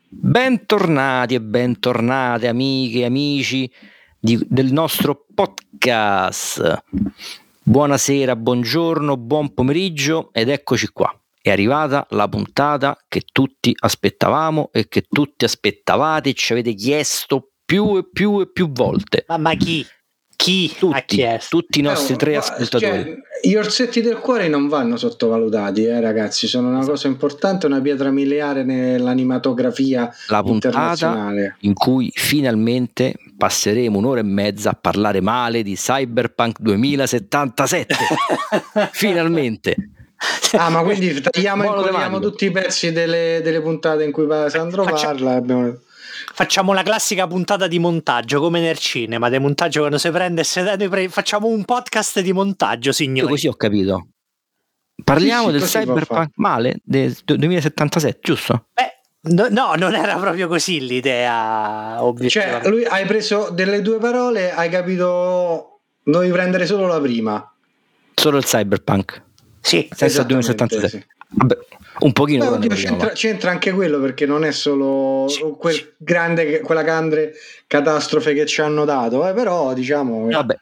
Bentornati e bentornate amiche e amici del nostro podcast. Buonasera, buongiorno, buon pomeriggio ed eccoci qua. È arrivata la puntata che tutti aspettavamo e che tutti aspettavate e ci avete chiesto più e più volte. Ma chi? Chi ha chiesto? Tutti i nostri tre ascoltatori. Gli orsetti del cuore non vanno sottovalutati, ragazzi, sono una cosa importante, una pietra miliare nell'animatografia internazionale. La puntata in cui finalmente passeremo un'ora e mezza a parlare male di Cyberpunk 2077. Finalmente. Ma quindi tagliamo e incolliamo tutti i pezzi delle puntate in cui Sandro parla. Facciamo la classica puntata di montaggio, come nel cinema, del montaggio quando si prende facciamo un podcast di montaggio, signori. Io così ho capito. Parliamo del Cyberpunk male del 2077, giusto? No, non era proprio così l'idea, cioè, lui hai preso delle due parole, hai capito, dovevi prendere solo la prima. Solo il Cyberpunk. Sì, senza il 2077. Sì. Vabbè, un pochino c'entra anche quello, perché non è solo quella grande catastrofe che ci hanno dato, però diciamo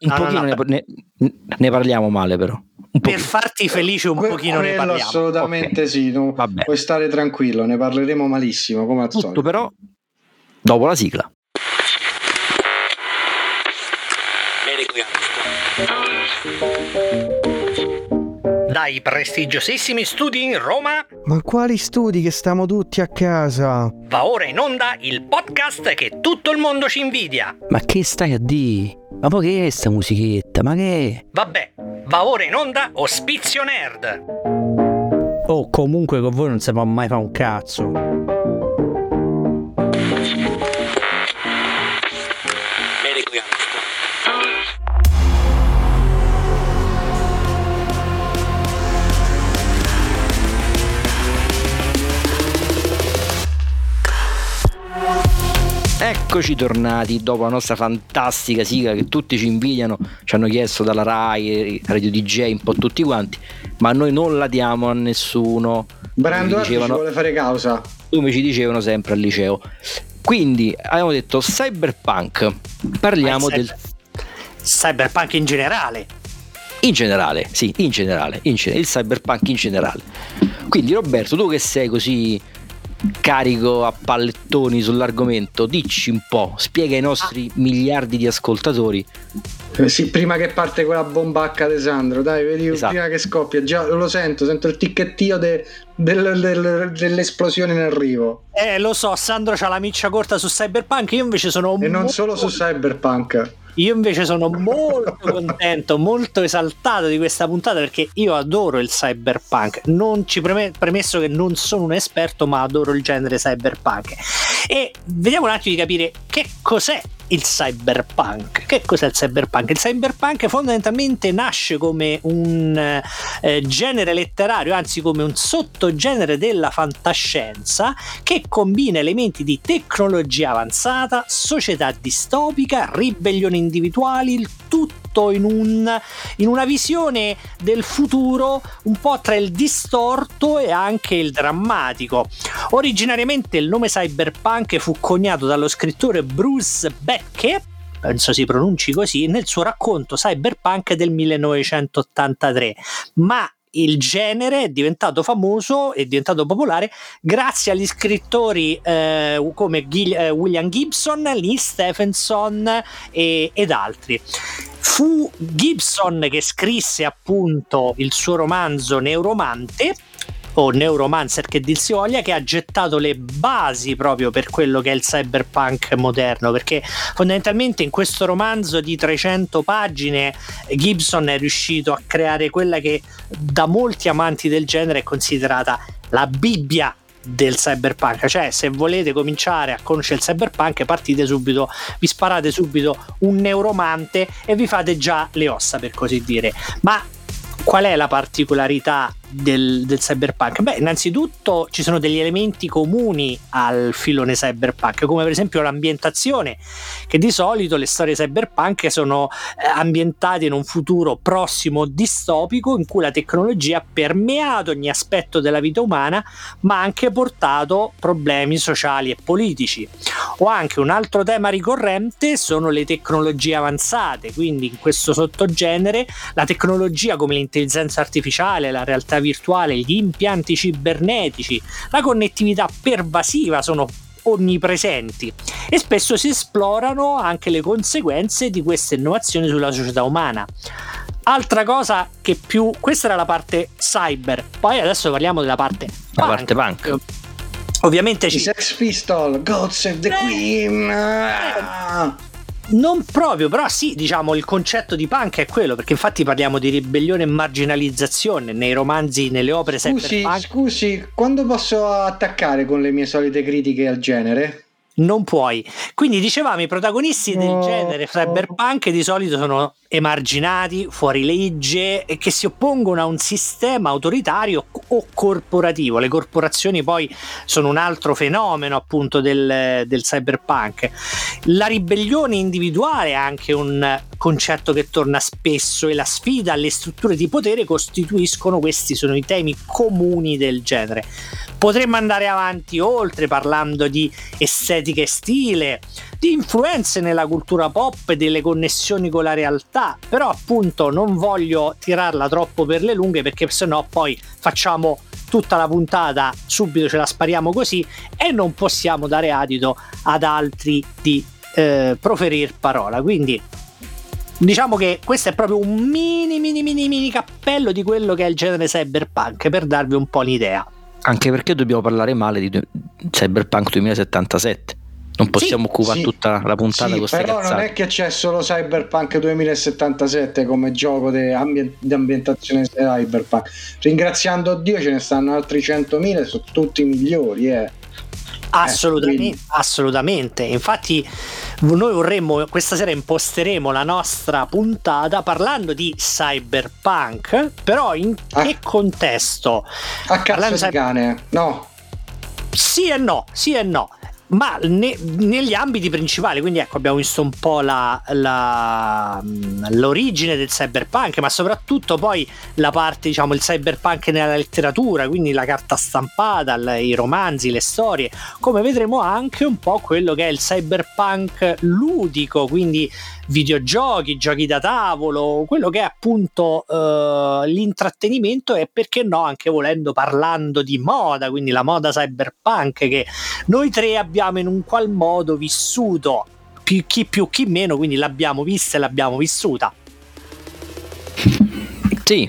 ne parliamo male, però per farti felice un pochino ne parliamo. Assolutamente okay. Sì, puoi stare tranquillo, ne parleremo malissimo come al solito. Tutto però dopo la sigla. Dai prestigiosissimi studi in Roma. Ma quali studi, che stiamo tutti a casa? Va ora in onda il podcast che tutto il mondo ci invidia. Ma che stai a dire? Ma poi che è sta musichetta? Ma che è? Vabbè, va ora in onda Ospizio Nerd. Oh, comunque con voi non si può mai fare un cazzo. Eccoci tornati dopo la nostra fantastica sigla che tutti ci invidiano, ci hanno chiesto dalla Rai, Radio DJ, un po' tutti quanti, ma noi non la diamo a nessuno. Brando ci vuole fare causa, come ci dicevano sempre al liceo. Quindi abbiamo detto Cyberpunk, parliamo del Cyberpunk in generale. Il Cyberpunk in generale. Quindi Roberto, tu che sei così carico a pallettoni sull'argomento, dici un po', spiega ai nostri miliardi di ascoltatori. Sì, prima che parte quella bombacca di Sandro, dai, vedi, esatto. Prima che scoppia, già lo sento il ticchettio dell'esplosione in arrivo. Lo so, Sandro c'ha la miccia corta su Cyberpunk, io invece sono non solo su Cyberpunk. Io invece sono molto contento, molto esaltato di questa puntata, perché io adoro il cyberpunk. Non ci premesso che non sono un esperto, ma adoro il genere cyberpunk. E vediamo un attimo di capire che cos'è il cyberpunk. Che cos'è il cyberpunk? Il cyberpunk fondamentalmente nasce come un genere letterario, anzi come un sottogenere della fantascienza, che combina elementi di tecnologia avanzata, società distopica, ribellioni individuali, il tutto in una visione del futuro un po' tra il distorto e anche il drammatico. Originariamente il nome cyberpunk fu coniato dallo scrittore Bruce Becker, penso si pronunci così, nel suo racconto Cyberpunk del 1983, ma il genere è diventato famoso e diventato popolare grazie agli scrittori come William Gibson, Lee Stephenson ed altri. Fu Gibson che scrisse appunto il suo romanzo Neuromante, o Neuromancer che dir si voglia, che ha gettato le basi proprio per quello che è il cyberpunk moderno, perché fondamentalmente in questo romanzo di 300 pagine Gibson è riuscito a creare quella che da molti amanti del genere è considerata la Bibbia del cyberpunk. Cioè, se volete cominciare a conoscere il cyberpunk, partite subito, vi sparate subito un neuromante e vi fate già le ossa, per così dire. Ma qual è la particolarità del cyberpunk? Beh, innanzitutto ci sono degli elementi comuni al filone cyberpunk, come per esempio l'ambientazione, che di solito le storie cyberpunk sono ambientate in un futuro prossimo distopico in cui la tecnologia ha permeato ogni aspetto della vita umana, ma ha anche portato problemi sociali e politici. O anche un altro tema ricorrente sono le tecnologie avanzate, quindi in questo sottogenere la tecnologia come l'intelligenza artificiale, la realtà virtuale, gli impianti cibernetici, la connettività pervasiva sono onnipresenti e spesso si esplorano anche le conseguenze di queste innovazioni sulla società umana. Altra cosa che più, questa era la parte cyber, poi adesso parliamo della parte punk. Ovviamente i Sex Pistol, God Save the Queen. Non proprio, però sì, diciamo il concetto di punk è quello, perché infatti parliamo di ribellione e marginalizzazione nei romanzi, nelle opere cyberpunk. Scusi, quando posso attaccare con le mie solite critiche al genere? Non puoi. Quindi dicevamo, i protagonisti del genere cyberpunk di solito sono emarginati, fuori legge e che si oppongono a un sistema autoritario o corporativo. Le corporazioni poi sono un altro fenomeno appunto del cyberpunk. La ribellione individuale è anche un concetto che torna spesso, e la sfida alle strutture di potere costituiscono, questi sono i temi comuni del genere. Potremmo andare avanti oltre parlando di estetica e stile, di influenze nella cultura pop e delle connessioni con la realtà, però appunto non voglio tirarla troppo per le lunghe, perché sennò poi facciamo tutta la puntata, subito ce la spariamo così e non possiamo dare adito ad altri di proferir parola. Quindi diciamo che questo è proprio un mini cappello di quello che è il genere cyberpunk, per darvi un po' l'idea. Anche perché dobbiamo parlare male di Cyberpunk 2077. Non possiamo occupare tutta la puntata con queste però cazzate. Non è che c'è solo Cyberpunk 2077 come gioco di ambientazione cyberpunk. Ringraziando Dio ce ne stanno altri 100.000 e sono tutti migliori. Assolutamente. Infatti noi vorremmo, questa sera imposteremo la nostra puntata parlando di cyberpunk, però in che contesto? A cazzo di cane, no? Sì e no, ma negli ambiti principali. Quindi ecco, abbiamo visto un po' l'origine del cyberpunk, ma soprattutto poi la parte, diciamo, il cyberpunk nella letteratura, quindi la carta stampata, i romanzi, le storie. Come vedremo anche un po' quello che è il cyberpunk ludico, quindi videogiochi, giochi da tavolo, quello che è appunto l'intrattenimento, e perché no anche volendo parlando di moda, quindi la moda cyberpunk che noi tre abbiamo in un qual modo vissuto, chi più chi meno, quindi l'abbiamo vista e l'abbiamo vissuta. Sì.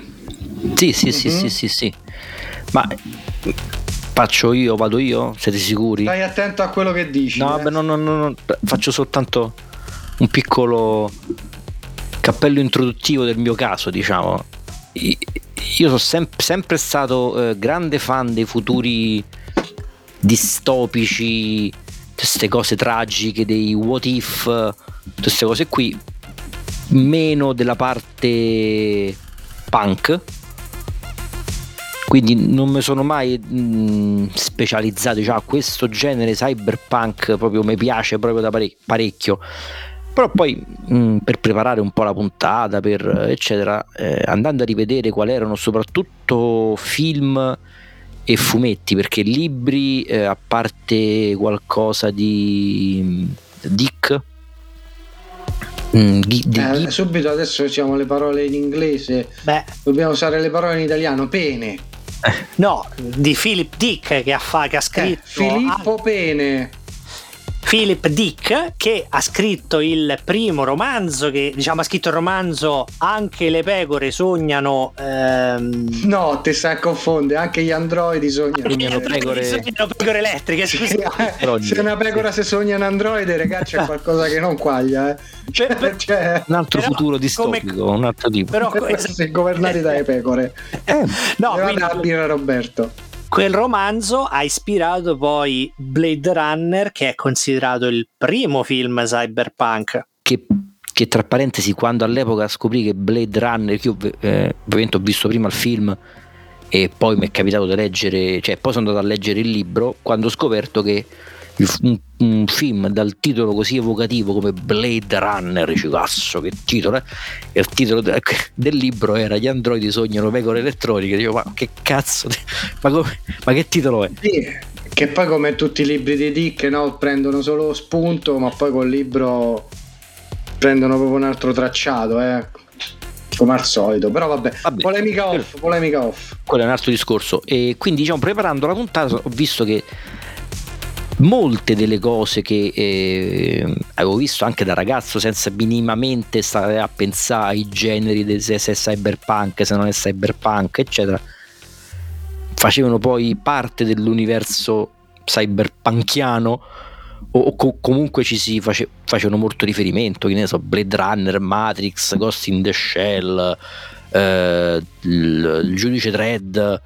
Ma faccio io, vado io? Siete sicuri? Stai attento a quello che dici. No, vabbè, no, faccio soltanto un piccolo cappello introduttivo del mio caso, diciamo. Io sono sempre stato grande fan dei futuri distopici, queste cose tragiche, dei what if, tutte queste cose qui, meno della parte punk. Quindi non mi sono mai specializzato, diciamo, a questo genere cyberpunk proprio mi piace proprio da parecchio. Però poi per preparare un po' la puntata, per eccetera, andando a rivedere quali erano soprattutto film e fumetti, perché libri, a parte qualcosa di Dick, subito adesso usiamo le parole in inglese. Dobbiamo usare le parole in italiano. Pene. No, di Philip Dick che ha scritto Filippo Pene. Philip Dick, che ha scritto il primo romanzo, che diciamo ha scritto il romanzo Anche le pecore sognano. No, ti stai a confondere, anche gli androidi sognano pecore elettriche. Se una pecora si sogna un androide, ragazzi, c'è qualcosa che non quaglia. Cioè, un altro futuro distopico, un altro tipo. Però governati dalle pecore. No, quindi la birra Roberto. Quel romanzo ha ispirato poi Blade Runner, che è considerato il primo film cyberpunk. Che tra parentesi, quando all'epoca scoprì che Blade Runner, che io ovviamente ho visto prima il film e poi mi è capitato di leggere, cioè poi sono andato a leggere il libro quando ho scoperto che un film dal titolo così evocativo come Blade Runner, dice, cazzo che titolo, e il titolo del libro era Gli androidi sognano pecore elettroniche. Dico, ma che cazzo ma che titolo è? Sì, che poi come tutti i libri di Dick, no, prendono solo spunto, ma poi col libro prendono proprio un altro tracciato, come al solito. Però vabbè. Polemica off. Quello è un altro discorso. E quindi, diciamo, preparando la puntata ho visto che molte delle cose che avevo visto anche da ragazzo senza minimamente stare a pensare ai generi, se è cyberpunk, se non è cyberpunk, eccetera, facevano poi parte dell'universo cyberpunkiano, o comunque ci si facevano molto riferimento, che ne so, Blade Runner, Matrix, Ghost in the Shell, il giudice Dredd,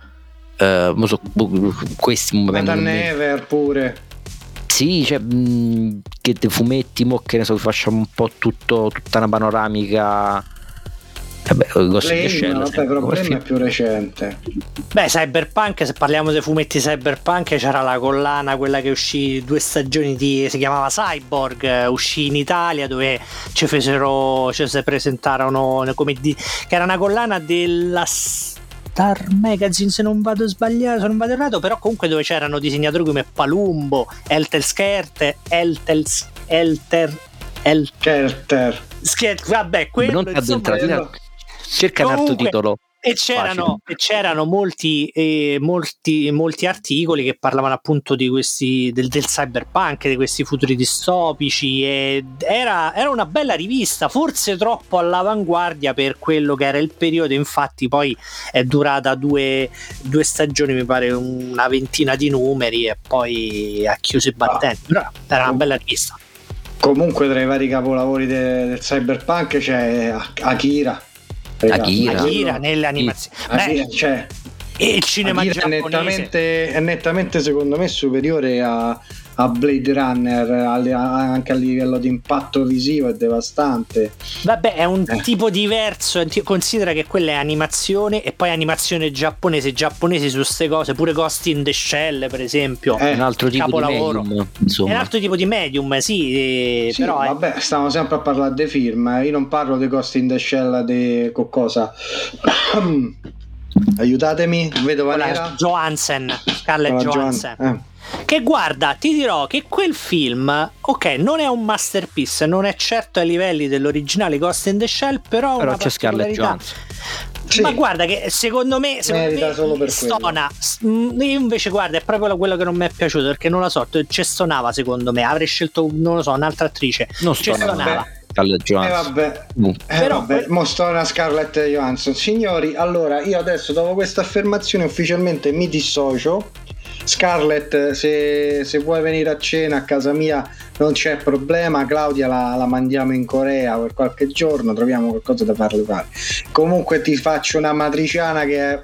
questi Nathan Never pure. Sì, cioè, che dei fumetti, che ne so, facciamo un po' tutta una panoramica. Vabbè, Ghost in the Shell, vabbè, però Blame è più recente. Beh, cyberpunk, se parliamo dei fumetti cyberpunk, c'era la collana, quella che uscì 2 stagioni si chiamava Cyborg, uscì in Italia, dove ci si presentarono che era una collana della Star Magazine, se non vado errato, però comunque dove c'erano disegnatori come Palumbo, vabbè, quello, insomma, cerca un altro titolo. E c'erano molti articoli che parlavano appunto di questi del cyberpunk, di questi futuri distopici, e era una bella rivista, forse troppo all'avanguardia per quello che era il periodo. Infatti poi è durata 2 stagioni, mi pare una ventina di numeri, e poi ha chiuso i battenti. Però era una bella rivista. Comunque tra i vari capolavori del cyberpunk c'è Akira nelle animazioni. Cioè, e il cinema giapponese è nettamente secondo me superiore a Blade Runner, anche a livello di impatto visivo è devastante. Vabbè, è un tipo diverso, considera che quella è animazione, e poi animazione giapponese. I giapponesi su queste cose, pure Ghost in the Shell per esempio, è un altro tipo capolavoro. di medium, insomma. È un altro tipo di medium, sì, però vabbè, stiamo sempre a parlare dei film, io non parlo di Ghost in the Shell di cosa. Aiutatemi, vedova nera Scarlett Johansson. Che guarda, ti dirò che quel film, ok, non è un masterpiece, non è certo ai livelli dell'originale Ghost in the Shell, però una c'è Scarlett Johansson. Sì. Ma guarda che secondo me solo per stona. Io invece, guarda, è proprio quello che non mi è piaciuto, perché non la so, ci stonava secondo me. Avrei scelto, non lo so, un'altra attrice. Non stonava. Scarlett Johansson. Vabbè, mostra Scarlett Johansson. Signori, allora io adesso, dopo questa affermazione, ufficialmente mi dissocio. Scarlett, se vuoi venire a cena a casa mia non c'è problema, Claudia la mandiamo in Corea per qualche giorno, troviamo qualcosa da farle fare. Comunque ti faccio una matriciana che è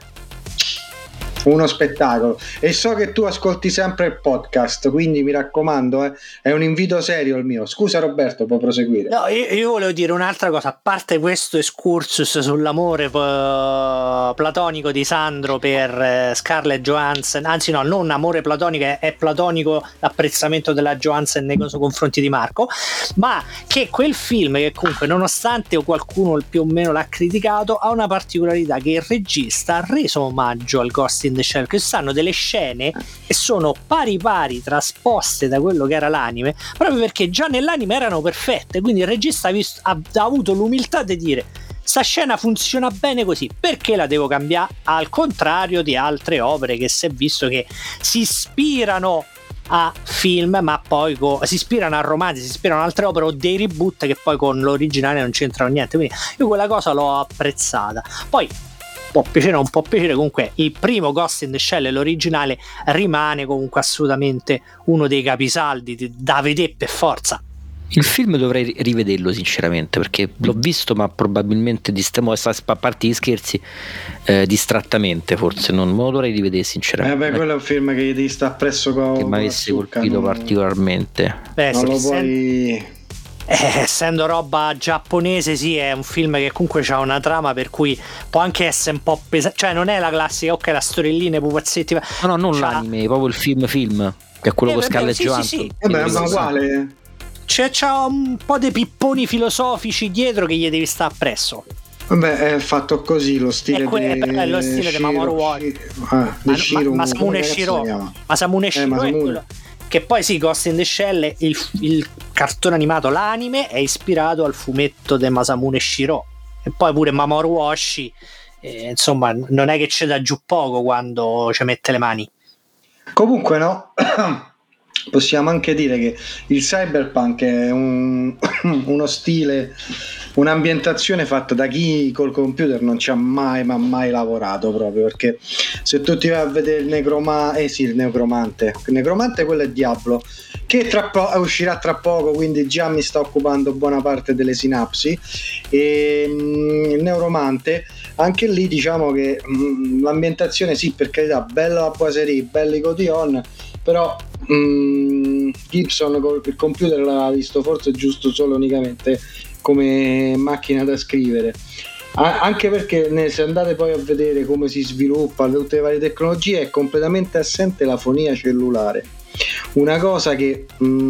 uno spettacolo, e so che tu ascolti sempre il podcast, quindi mi raccomando, è un invito serio il mio. Scusa Roberto, puoi proseguire. No, io volevo dire un'altra cosa, a parte questo excursus sull'amore platonico di Sandro per Scarlett Johansson, anzi no, non amore platonico, è platonico l'apprezzamento della Johansson nei confronti di Marco, ma che quel film, che comunque nonostante qualcuno più o meno l'ha criticato, ha una particolarità, che il regista ha reso omaggio al Ghost in the Shell, che stanno delle scene e sono pari trasposte da quello che era l'anime, proprio perché già nell'anime erano perfette, quindi il regista ha avuto l'umiltà di dire: sta scena funziona bene così, perché la devo cambiare? Al contrario di altre opere che si è visto che si ispirano a film, ma poi si ispirano a romanzi, si ispirano a altre opere o dei reboot che poi con l'originale non c'entrano niente. Quindi io quella cosa l'ho apprezzata. Poi può piacere o non può piacere, comunque il primo Ghost in the Shell e l'originale rimane comunque assolutamente uno dei capisaldi da vedere per forza. Il film dovrei rivederlo sinceramente, perché l'ho visto, ma probabilmente a parte gli scherzi, distrattamente, forse non me lo dovrei rivedere sinceramente. Quello è un film che ti sta appresso che mi avesse colpito particolarmente. Non lo puoi essendo roba giapponese, sì, è un film che comunque ha una trama per cui può anche essere un po' pesante, cioè non è la classica, ok, la storiellina, pupazzetti, no, non l'anime, proprio il film, che è quello con Scarlett Johansson. Sì. Ma è uguale. C'ha un po' dei pipponi filosofici dietro che gli devi stare appresso. Vabbè, è fatto così lo stile è lo stile di Mamoru Oshii. Masamune Shiro è quello che poi sì, Ghost in the Shell, il cartone animato, l'anime è ispirato al fumetto di Masamune Shiro, e poi pure Mamoru Oshii, insomma non è che c'è da giù poco quando ci mette le mani. Comunque no, possiamo anche dire che il cyberpunk è uno stile, un'ambientazione fatta da chi col computer non ci ha mai lavorato, proprio perché se tu ti vai a vedere il necromante, quello è Diablo, che uscirà tra poco, quindi già mi sta occupando buona parte delle sinapsi, e il Neuromante, anche lì diciamo che l'ambientazione sì, per carità, bella la boiserie, belli cotillon, però Gibson il computer l'ha visto forse giusto solo unicamente come macchina da scrivere, anche perché se andate poi a vedere come si sviluppa tutte le varie tecnologie, è completamente assente la fonia cellulare, una cosa che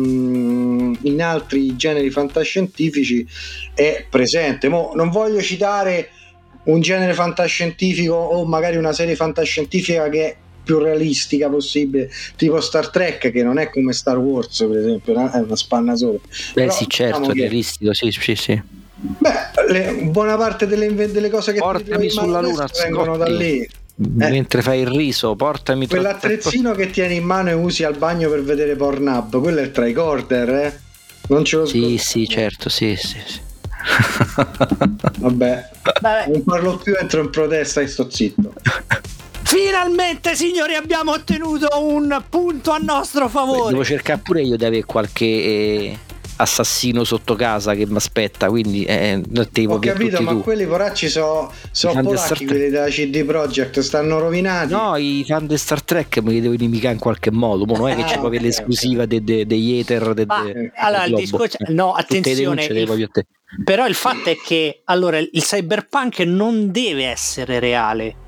in altri generi fantascientifici è presente. Non voglio citare un genere fantascientifico o magari una serie fantascientifica che è più realistica possibile, tipo Star Trek, che non è come Star Wars per esempio, è una spanna sola. Però, sì, certo, diciamo, è realistico, sì. Buona parte delle cose che portami sulla luna vengono da lì. Mentre fai il riso, portami quell'attrezzino che tieni in mano e usi al bagno per vedere Pornhub, quello è il tricorder, non ce lo sì, certo, sì. Vabbè, non parlo più, entro in protesta e sto zitto. Finalmente, signori, abbiamo ottenuto un punto a nostro favore. Devo cercare pure io di avere qualche assassino sotto casa che mi aspetta, quindi ho capito, ma quelli poracci sono polacchi, quelli della CD Projekt, stanno rovinati. No, i fan di Star Trek me li devo inimicare in qualche modo, non è che c'è proprio l'esclusiva degli ether allora il discorso, no, attenzione, però il fatto è che allora il cyberpunk non deve essere reale.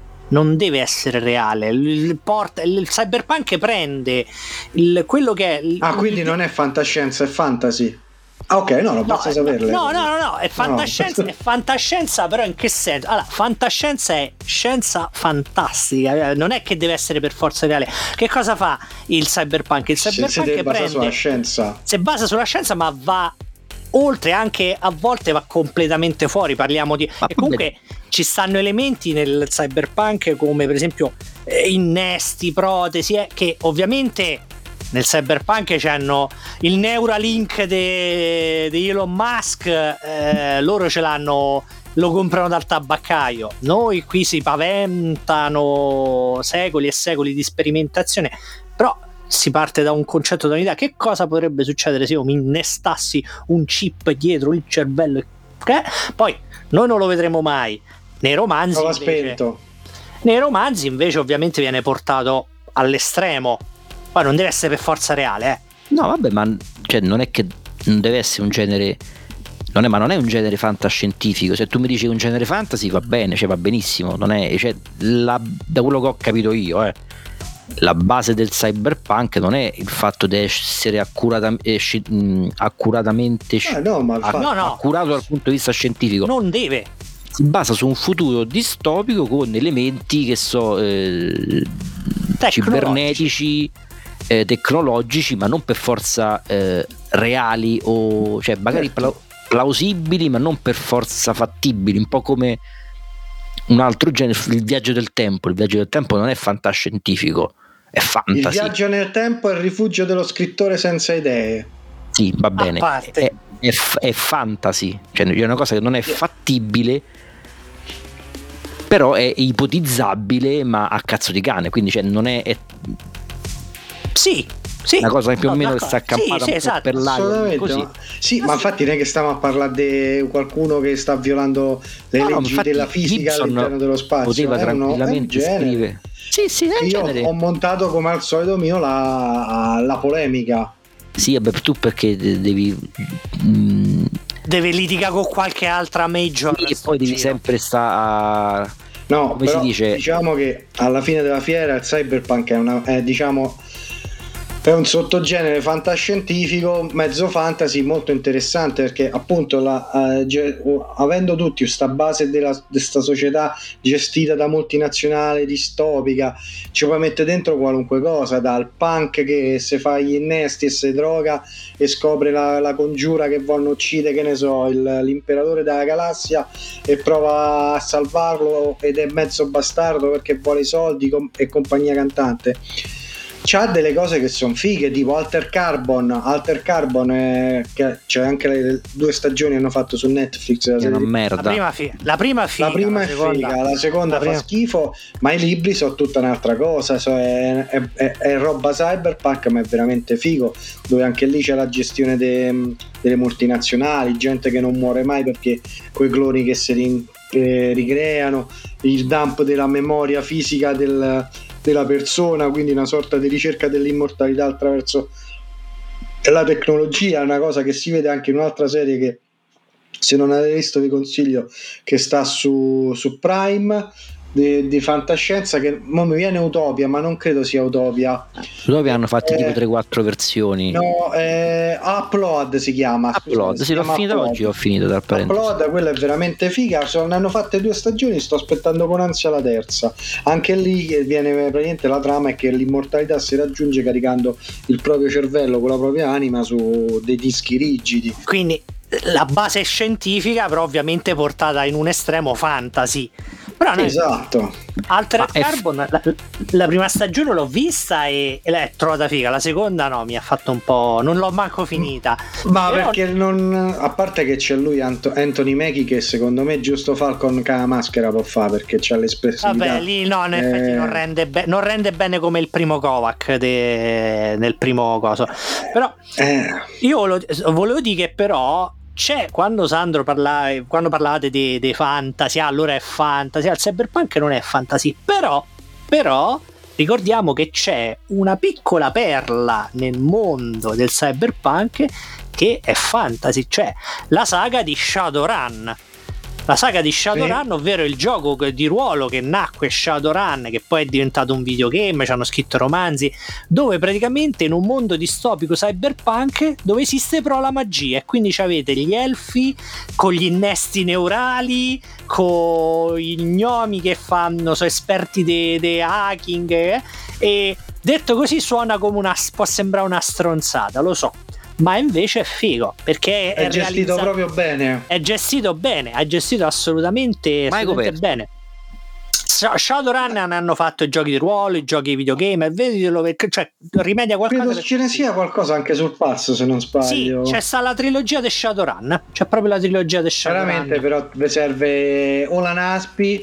Il cyberpunk prende quello che è quindi non è fantascienza, è fantasy. Ok, no, basta saperle. No, è fantascienza, è fantascienza, però in che senso? Allora, fantascienza è scienza fantastica, non è che deve essere per forza reale. Che cosa fa il cyberpunk? Il cyberpunk si basa sulla scienza, ma va oltre, anche a volte va completamente fuori. Parliamo di e comunque ci stanno elementi nel cyberpunk come per esempio innesti, protesi, che ovviamente nel cyberpunk c'hanno il Neuralink di Elon Musk, loro ce l'hanno, lo comprano dal tabaccaio. Noi qui si paventano secoli e secoli di sperimentazione, però si parte da un concetto, da un'idea. Che cosa potrebbe succedere se io mi innestassi un chip dietro il cervello? Poi noi non lo vedremo mai. Nei romanzi invece ovviamente viene portato all'estremo. Poi non deve essere per forza reale, No, vabbè, ma cioè, non è che non deve essere un genere, non è un genere fantascientifico. Se tu mi dici un genere fantasy va bene, cioè va benissimo, non è, cioè, da quello che ho capito io, la base del cyberpunk non è il fatto di essere accuratamente accurato dal punto di vista scientifico. Non deve. Si basa su un futuro distopico con elementi che cibernetici, tecnologici, ma non per forza reali, o cioè magari plausibili, ma non per forza fattibili, un po' come un altro genere, il viaggio del tempo. Il viaggio del tempo non è fantascientifico, è fantasy. Il viaggio nel tempo è il rifugio dello scrittore senza idee. Sì, va bene, è fantasy, cioè è una cosa che non è fattibile, però è ipotizzabile, ma a cazzo di cane, quindi cioè non è sì, una cosa che più o meno sta accampata esatto, per l'aria così. Ma infatti non è che stiamo a parlare di qualcuno che sta violando le leggi della fisica all'interno dello spazio. Poteva tranquillamente scrivere. Sì, io ho montato come al solito mio la polemica. Sì, vabbè, tu perché devi deve litigare con qualche altra major e poi devi sempre stare No, come però si dice, diciamo che alla fine della fiera il cyberpunk è un sottogenere fantascientifico, mezzo fantasy, molto interessante, perché appunto avendo tutti questa base di questa società gestita da multinazionale distopica, ci puoi mettere dentro qualunque cosa, dal punk che se fa gli innesti e si droga e scopre la congiura che vogliono uccidere, che ne so, l'imperatore della galassia e prova a salvarlo ed è mezzo bastardo perché vuole i soldi e compagnia cantante. C'ha delle cose che sono fighe, tipo Alter Carbon, che c'è anche le 2 stagioni hanno fatto su Netflix. È una merda. La prima è figa, la seconda fa schifo, ma i libri sono tutta un'altra cosa, è roba cyberpunk, ma è veramente figo, dove anche lì c'è la gestione delle multinazionali, gente che non muore mai perché quei cloni che si ricreano, il dump della memoria fisica della persona, quindi una sorta di ricerca dell'immortalità attraverso la tecnologia, una cosa che si vede anche in un'altra serie che se non avete visto vi consiglio, che sta su Prime, di fantascienza, che mo mi viene Utopia, ma non credo sia Utopia. Utopia hanno fatto tipo 3-4 versioni. No, Upload si chiama. Upload, sì, l'ho finito oggi, ho finito dal parentesi. Upload, quella è veramente figa, ne hanno fatte 2 stagioni, sto aspettando con ansia la terza. Anche lì viene praticamente la trama è che l'immortalità si raggiunge caricando il proprio cervello con la propria anima su dei dischi rigidi. Quindi la base scientifica, però ovviamente portata in un estremo fantasy. Però esatto. Altered Carbon, la prima stagione l'ho vista e l'ho trovata figa, la seconda no, mi ha fatto un po', non l'ho manco finita. Ma però, perché a parte che c'è lui Anthony Mackie, che secondo me giusto Falcon con la maschera può fare, perché c'ha l'espressività. Vabbè, lì no, in effetti non rende bene come il primo Kovac nel primo coso. Però io volevo dire che però c'è, quando Sandro parlavate dei fantasy, allora è fantasy, il cyberpunk non è fantasy, però ricordiamo che c'è una piccola perla nel mondo del cyberpunk che è fantasy, cioè la saga di Shadowrun. La saga di Shadowrun, ovvero il gioco di ruolo che nacque Shadowrun, che poi è diventato un videogame, ci hanno scritto romanzi, dove praticamente in un mondo distopico cyberpunk dove esiste però la magia, e quindi avete gli elfi con gli innesti neurali, con gli gnomi che sono esperti di hacking, e detto così suona come può sembrare una stronzata, lo so, ma invece è figo perché è gestito proprio bene. È gestito bene, è gestito assolutamente bene. Shadowrun hanno fatto i giochi di ruolo, i giochi di videogame, veditelo, cioè rimedia qualcosa. Credo ce ne sia qualcosa anche sul pass, se non sbaglio. Sì, c'è sta la trilogia di Shadowrun, c'è proprio la trilogia di Shadowrun. Veramente, però vi serve o la NASPI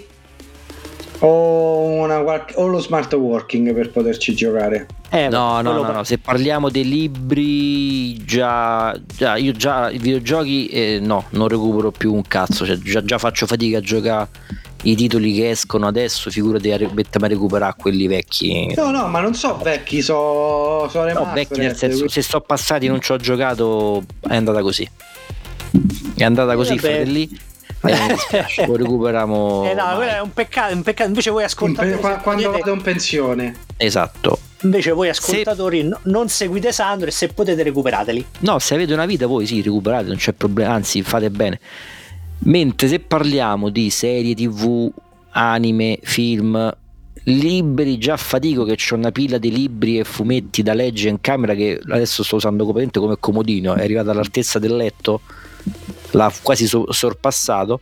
o lo smart working per poterci giocare. No, se parliamo dei libri io i videogiochi no, non recupero più un cazzo, cioè, già faccio fatica a giocare i titoli che escono adesso, figurati a recuperare quelli vecchi. No, ma non so vecchi, so rimasti. No, vecchi nel senso, se sto passati non ci ho giocato, è andata così, fratelli. Mi dispiace, lo recuperiamo. No, quello è un peccato. Invece voi ascoltatori, quando vado in pensione. Esatto. Invece voi ascoltatori non seguite Sandro, e se potete recuperateli. No, se avete una vita voi sì, recuperate, non c'è problema, anzi fate bene. Mentre se parliamo di serie TV, anime, film, libri, già fatico, che c'ho una pila di libri e fumetti da leggere in camera che adesso sto usando completamente come comodino, è arrivata all'altezza del letto, l'ha quasi sorpassato.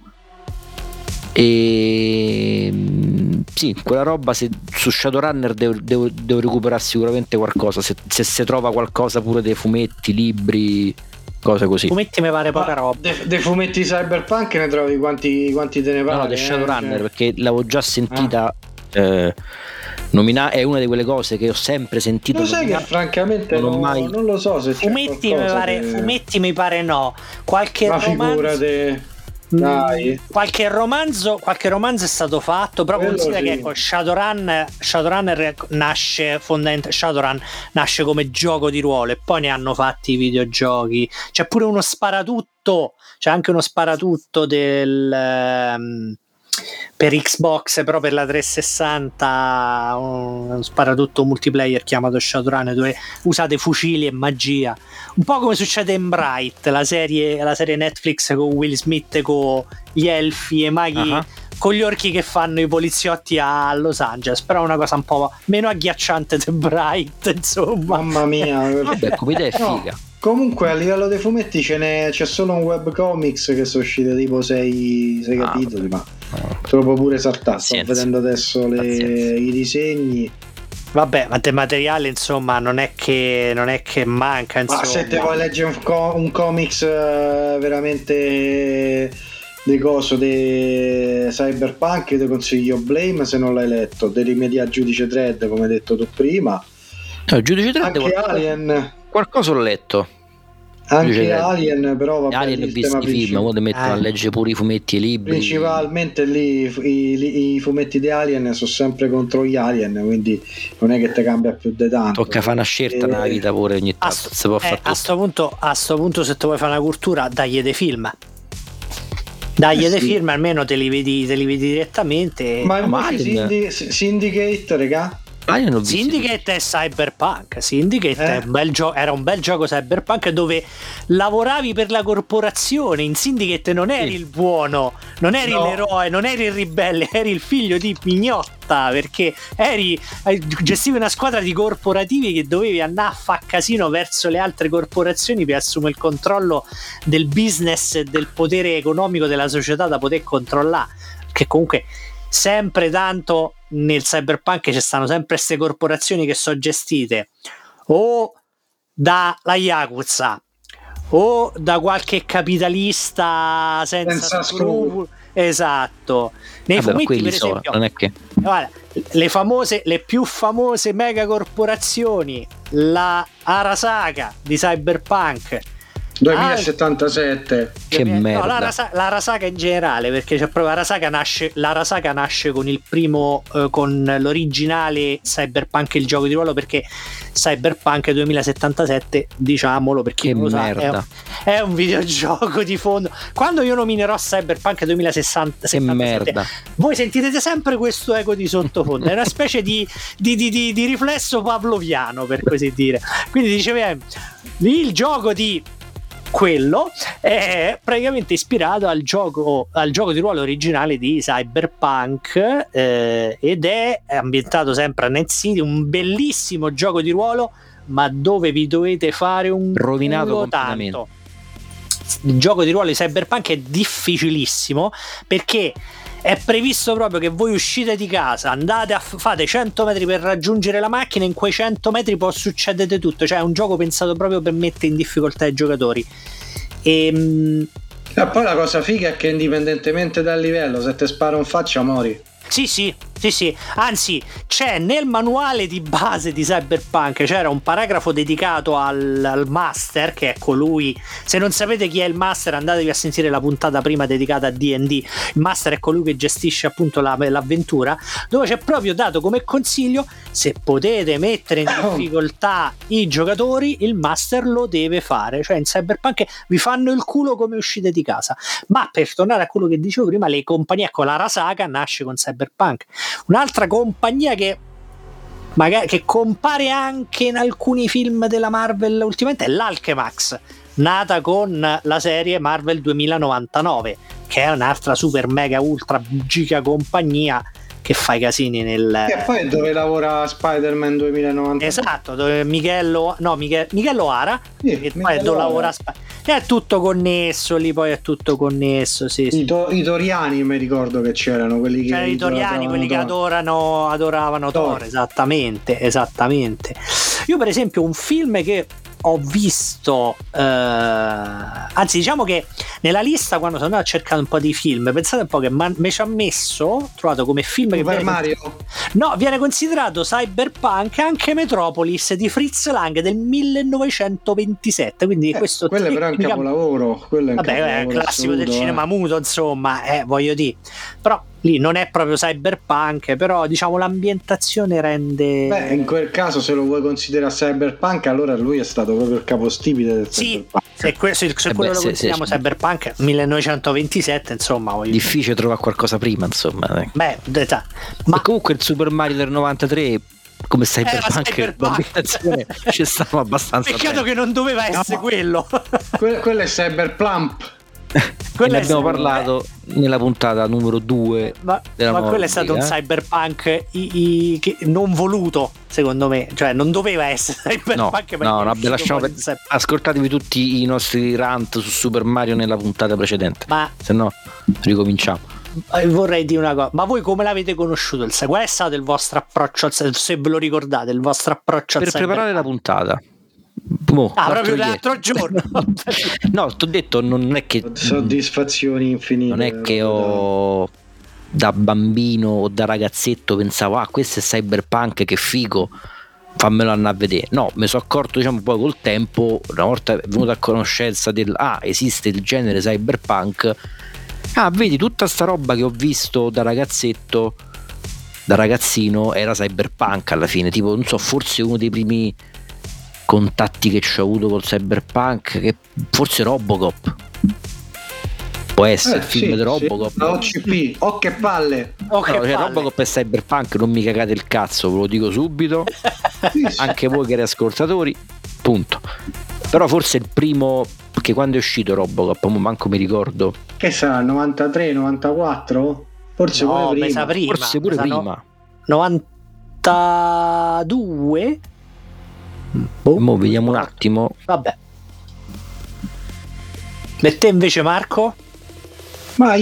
E sì, quella roba, se su Shadowrunner devo recuperare sicuramente qualcosa, se trova qualcosa pure dei fumetti, libri, cose così. Fumetti mi pare poca roba. Dei fumetti cyberpunk ne trovi quanti te ne pare? No, di Shadowrunner, perché l'avevo già sentita nominare, è una di quelle cose che ho sempre sentito. Lo sai che francamente non lo so se fumetti c'è fumetti mi pare no, qualche romanzo. Dai. Qualche romanzo è stato fatto, però Quello considera sì. che ecco, Shadowrun nasce come gioco di ruolo e poi ne hanno fatti i videogiochi. C'è pure uno sparatutto, c'è anche uno sparatutto per Xbox, però per la 360 uno sparatutto multiplayer chiamato Shadowrun, dove usate fucili e magia, un po' come succede in Bright, la serie Netflix con Will Smith, con gli elfi e maghi, Ah. con gli orchi che fanno i poliziotti a Los Angeles, però è una cosa un po' meno agghiacciante di Bright, insomma. Mamma mia. Vabbè, come idea è No, figa. comunque a livello dei fumetti c'è solo un webcomics che sono uscite tipo 6 capitoli, ma troppo pure saltato. Sto Pazienza. vedendo adesso Pazienza. i disegni. Vabbè, ma del materiale insomma non è che manca, insomma. Ma se te vuoi leggere un comics veramente di coso di Cyberpunk, ti consiglio Blame se non l'hai letto, The Rimedia Giudice Dredd come hai detto tu prima, No, Giudice Dredd anche Alien, qualcosa ho letto. anche Giudice Dredd. Alien, però vabbè, Alien ho il visto tema i film, ora ti mettono a leggere pure i fumetti e i libri. principalmente lì i fumetti di Alien sono sempre contro gli alien, quindi non è che ti cambia più di tanto. Tocca fare una scelta nella vita pure ogni tanto. Si può fare a sto punto se tu vuoi fare una cultura, dagli dei film. Dagli dei sì. film, almeno te li vedi direttamente. Ma Ma invece Alien- Syndicate, regà? Alien ho visto. Syndicate è Cyberpunk. Syndicate è un bel era un bel gioco Cyberpunk dove lavoravi per la corporazione. In Syndicate non eri il buono, non eri No. l'eroe, non eri il ribelle, eri il figlio di pignotta, perché gestivi una squadra di corporativi che dovevi andare a fare casino verso le altre corporazioni per assumere il controllo del business e del potere economico della società da poter controllare. Che comunque sempre tanto nel Cyberpunk ci stanno sempre queste corporazioni che sono gestite o dalla Yakuza o da qualche capitalista senza scrupoli. Esatto. Nei Vabbè, ma fumetti, quelli per so, esempio, non è che guarda, le più famose mega corporazioni, la Arasaka di Cyberpunk, 2077. Che merda. No, la Arasaka in generale, perché c'è proprio la Arasaka nasce con il primo con l'originale Cyberpunk, il gioco di ruolo, perché Cyberpunk 2077, diciamolo per chi Che non lo sa, merda. è un videogioco di fondo. Quando io nominerò Cyberpunk 2060, Che merda. voi sentirete sempre questo eco di sottofondo, è una specie di riflesso pavloviano, per così dire. Quindi dicevo, il gioco di quello è praticamente ispirato al gioco di ruolo originale di Cyberpunk, ed è ambientato sempre a Night City, un bellissimo gioco di ruolo, ma dove vi dovete fare un Rovinato culo completamente. tanto. Il gioco di ruolo di Cyberpunk è difficilissimo perché è previsto proprio che voi uscite di casa, fate 100 metri per raggiungere la macchina, in quei 100 metri può succedere tutto, cioè è un gioco pensato proprio per mettere in difficoltà i giocatori. E poi la cosa figa è che indipendentemente dal livello, se te sparo in faccia mori. Sì, anzi c'è nel manuale di base di Cyberpunk, c'era un paragrafo dedicato al master, che è colui, se non sapete chi è il master andatevi a sentire la puntata prima dedicata a D&D. Il master è colui che gestisce appunto l'avventura, dove c'è proprio dato come consiglio: se potete mettere in difficoltà i giocatori, il master lo deve fare, cioè in Cyberpunk vi fanno il culo come uscite di casa. Ma per tornare a quello che dicevo prima, le compagnie, ecco, la Arasaka nasce con Cyberpunk. Un'altra compagnia che compare anche in alcuni film della Marvel ultimamente è l'Alchemax, nata con la serie Marvel 2099, che è un'altra super mega ultra giga compagnia che fa i casini E poi è dove lavora Spider-Man 2099. Esatto, dove Michello O'Hara, Sì, e poi dove lavora è tutto connesso lì, poi è tutto connesso, sì. I toriani mi ricordo che c'erano quelli che i toriani, quelli che adoravano Thor, esattamente. Io per esempio un film che ho visto anzi diciamo che nella lista, quando sono andato a cercare un po' di film, pensate un po' che mi ci ha messo, ho trovato come film Super che viene Mario? No, viene considerato cyberpunk anche Metropolis di Fritz Lang del 1927, quindi questo quello però è un capolavoro, quello è un vabbè, è un classico del cinema muto, insomma, voglio dire, però lì non è proprio cyberpunk, però diciamo l'ambientazione rende... Beh, in quel caso se lo vuoi considerare cyberpunk, allora lui è stato proprio il capostipite del cyberpunk. Se quello lo consideriamo cyberpunk 1927, insomma, difficile trovare qualcosa prima, insomma. Beh, ma comunque il Super Mario del 93 come cyberpunk l'ambientazione ci stava abbastanza. Peccato che non doveva essere quello. Quello è cyberplunk. Ne abbiamo parlato nella puntata numero 2 ma quello è stato un cyberpunk non voluto, secondo me, cioè non doveva essere cyberpunk. Ascoltatevi tutti i nostri rant su Super Mario nella puntata precedente, se no ricominciamo. Vorrei dire una cosa, ma voi come l'avete conosciuto qual è stato il vostro approccio se ve lo ricordate, il vostro approccio per preparare la puntata? Proprio l'altro giorno. No, ti ho detto, non è che soddisfazioni infinite, non è che ho da bambino o da ragazzetto pensavo questo è cyberpunk, che figo, fammelo andare a vedere. No, mi sono accorto, diciamo, poi col tempo, una volta venuto a conoscenza del esiste il genere cyberpunk, vedi, tutta sta roba che ho visto da ragazzetto, da ragazzino, era cyberpunk alla fine, tipo, non so, forse uno dei primi contatti che ci ho avuto col cyberpunk, che forse Robocop può essere il film di Robocop. OCP, che palle. Robocop è cyberpunk, non mi cagate il cazzo, ve lo dico subito. Anche voi che ascoltatori, punto. Però forse il primo, perché quando è uscito Robocop manco mi ricordo, che sarà 93, 94? Forse pure prima. Forse pure prima. 92. Mo vediamo un attimo. Vabbè. Per te invece, Marco? Ma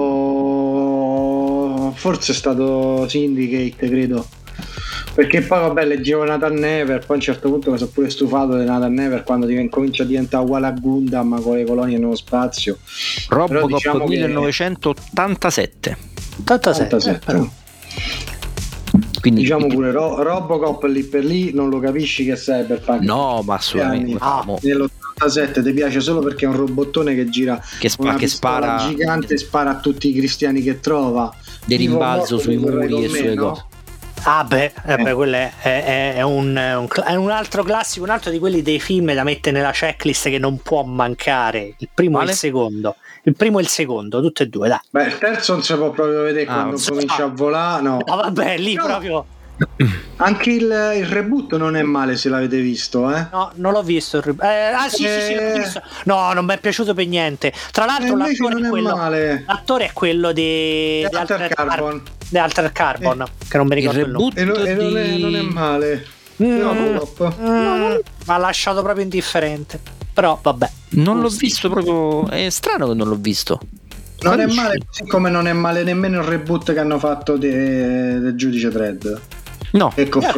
io forse è stato Syndicate, credo, perché poi vabbè leggevo Nathan Never, poi a un certo punto mi sono pure stufato di Nathan Never quando comincia a diventare uguale a Gundam con le colonie nello spazio. Robocop, diciamo 1987. 87. Quindi, diciamo pure Robocop lì per lì non lo capisci che è cyberpunk. No, ma assolutamente. Nell'87 ti piace solo perché è un robottone che gira, che spara gigante, spara a tutti i cristiani che trova, di rimbalzo sui muri e sulle cose. Quello è un altro classico, un altro di quelli dei film da mettere nella checklist che non può mancare. Il primo e il secondo. Il primo e il secondo, tutte e due, dai. Beh, il terzo non si può proprio vedere quando comincia a volare, no. Proprio. Anche il reboot non è male, se l'avete visto, No, non l'ho visto. Sì, l'ho visto. No, non mi è piaciuto per niente. Tra l'altro l'attore è quello di Altered Carbon. The Altered Carbon, che non mi ricordo il nome. Non è male. Mi ha lasciato proprio indifferente. Però vabbè. Non l'ho visto proprio. È strano che non l'ho visto. Non è male, così come non è male nemmeno il reboot che hanno fatto del Giudice Dredd. No,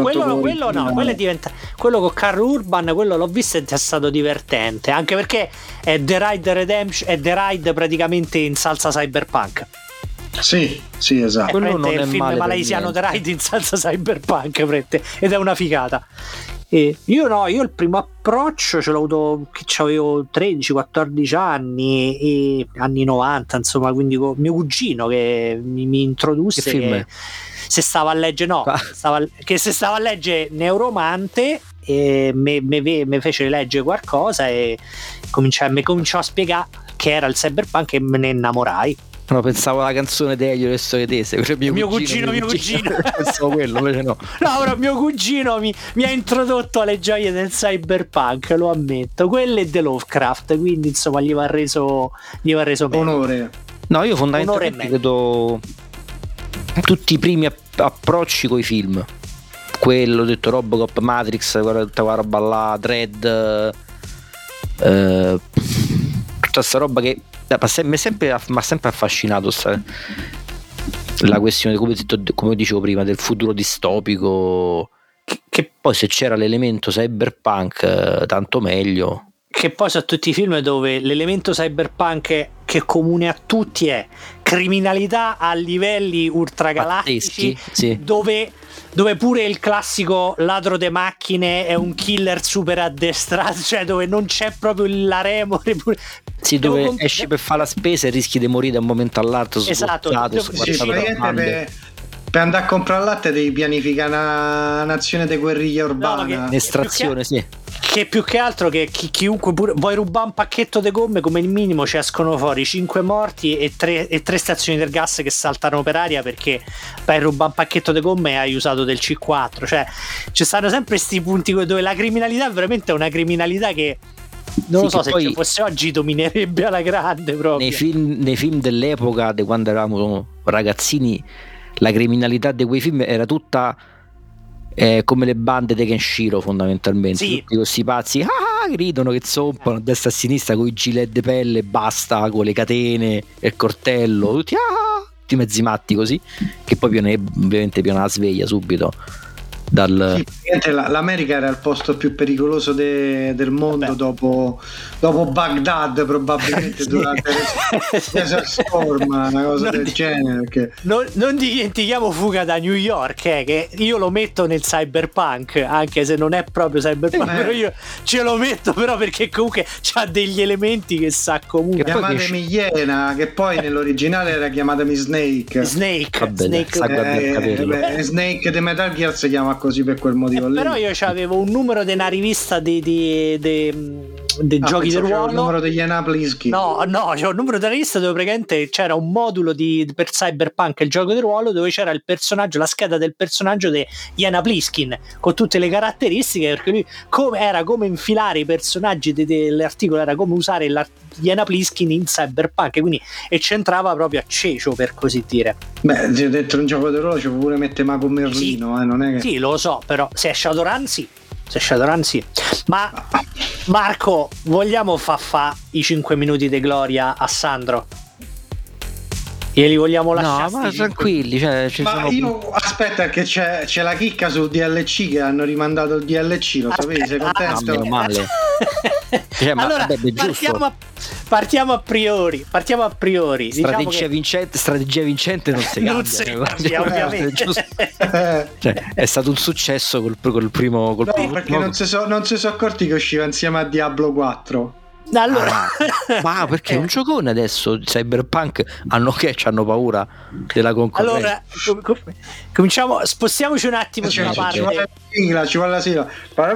quello con Carl Urban, quello l'ho visto ed è stato divertente, anche perché è The Ride Redemption, è The Ride praticamente in salsa cyberpunk. Sì, esatto. Quello non è il film malaysiano The Ride in salsa cyberpunk, ed è una figata. Io il primo approccio ce l'ho avuto che avevo 13-14 anni, anni 90, insomma, quindi con mio cugino che mi introdusse. Che film è? Se stava a leggere Neuromante, e mi fece leggere qualcosa e mi cominciò a spiegare che era il cyberpunk e me ne innamorai. No, pensavo alla canzone di Elio e Storie Tese, mio cugino. Pensavo quello, invece no. No, però mio cugino mi ha introdotto alle gioie del cyberpunk, lo ammetto, quelle di Lovecraft, quindi insomma gli va reso onore. No, io fondamentalmente vedo tutti i primi approcci coi film, quello detto Robocop, Matrix, tutta quella roba là, Dredd, tutta sta roba che mi ha sempre affascinato la questione, come dicevo prima, del futuro distopico, che Che poi se c'era l'elemento cyberpunk, tanto meglio. Che poi sono tutti i film dove l'elemento cyberpunk che comune a tutti è criminalità a livelli ultragalattici, sì. dove pure il classico ladro de macchine è un killer super addestrato, cioè dove non c'è proprio l'aremore. Sì, dove esci per fare la spesa e rischi di morire da un momento all'altro. Esatto. Per andare a comprare latte devi pianificare un'azione di guerriglia urbana. Un'estrazione, sì. Che più che altro che chiunque pure vuoi rubare un pacchetto di gomme, come il minimo ci escono fuori 5 morti e 3 stazioni del gas che saltano per aria perché per rubare un pacchetto di gomme hai usato del C4. Cioè ci stanno sempre questi punti dove la criminalità è veramente una criminalità che non lo so, se ci fosse oggi dominerebbe alla grande proprio. Nei film dell'epoca, di quando eravamo ragazzini, la criminalità di quei film era tutta come le bande di Kenshiro, fondamentalmente. Sì. Tutti questi pazzi gridano, che zompano a destra e a sinistra con i gilet de pelle, basta, con le catene e il coltello, tutti mezzi matti così, che poi ovviamente piena la sveglia subito. Sì, l'America era il posto più pericoloso del mondo dopo Baghdad, probabilmente. Sì. Durante Desert Storm, una cosa del genere, perché... non dimentichiamo Fuga da New York, che io lo metto nel cyberpunk, anche se non è proprio cyberpunk, però io ce lo metto però perché comunque c'ha degli elementi che sa comunque. Chiamatemi Iena, che poi nell'originale era chiamatemi Snake. Snake di Metal Gear si chiama così per quel motivo lì. Però io c'avevo un numero di una rivista dei giochi del ruolo. Il numero degli Iena Pliskin. No, c'è un numero della rivista dove praticamente c'era un modulo per Cyberpunk, il gioco del ruolo, dove c'era il personaggio, la scheda del personaggio di Iena Pliskin con tutte le caratteristiche, perché lui era come infilare i personaggi dell'articolo, era come usare Iena Pliskin in Cyberpunk, quindi e c'entrava proprio a cecio, per così dire. Beh, dentro un gioco del ruolo ci può pure mettere Mago Merlino, sì, non è che... Sì, lo so, però se è Shadowrun sì. Ma Marco, vogliamo fa i 5 minuti di gloria a Sandro? Glieli vogliamo lasciare? No, ma tranquilli, aspetta, che c'è la chicca sul DLC, che hanno rimandato il DLC, lo sapevi? Sei contento? Meno male. Allora, partiamo a priori. Strategia vincente non si cambia, ovviamente. È stato un successo col primo. Perché non si sono accorti che usciva insieme a Diablo 4. Allora, ma perché è un giocone adesso Cyberpunk hanno paura della concorrenza. Allora cominciamo, spostiamoci un attimo sulla parte. Ci vuole la sigla.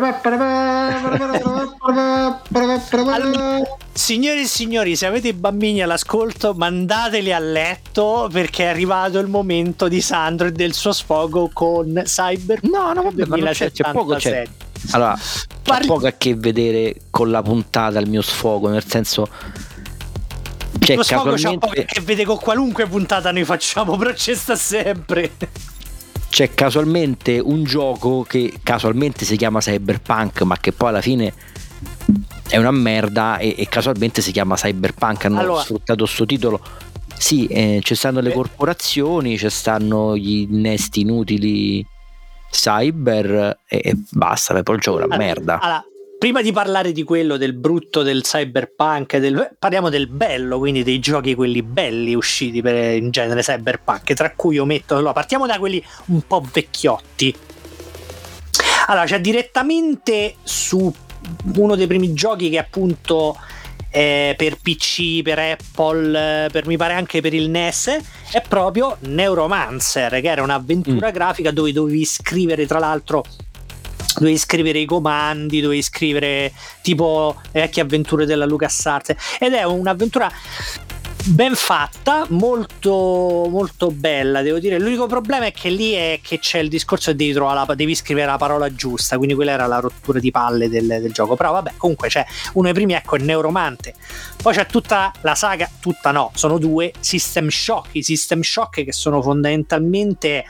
Allora, signori e signori, se avete i bambini all'ascolto, mandateli a letto, perché è arrivato il momento di Sandro e del suo sfogo con Cyberpunk. No, vabbè, ma c'è poco. Allora, c'ha poco a che vedere con la puntata, il mio sfogo, nel senso, lo sfogo c'ha poco a che vedere con qualunque puntata noi facciamo, però ci sta sempre. C'è casualmente un gioco che casualmente si chiama Cyberpunk, ma che poi alla fine è una merda, e casualmente si chiama Cyberpunk. Hanno sfruttato sto titolo. Sì, ci stanno le corporazioni, ci stanno gli innesti inutili cyber e basta, poi il gioco è una merda. Allora, prima di parlare di quello del brutto del cyberpunk, parliamo del bello, quindi dei giochi quelli belli usciti in genere cyberpunk, tra cui io metto, allora, partiamo da quelli un po' vecchiotti. Allora, c'è direttamente su uno dei primi giochi che appunto per PC, per Apple, per mi pare anche per il NES, è proprio Neuromancer, che era un'avventura grafica dove dovevi scrivere, tra l'altro dovevi scrivere i comandi, dovevi scrivere tipo le vecchie avventure della LucasArts, ed è un'avventura ben fatta, molto molto bella, devo dire. L'unico problema è che lì è che c'è il discorso che devi scrivere la parola giusta, quindi quella era la rottura di palle del gioco. Però vabbè, comunque c'è uno dei primi, ecco, il Neuromante. Poi c'è tutta la saga, sono 2 System Shock. I System Shock che sono fondamentalmente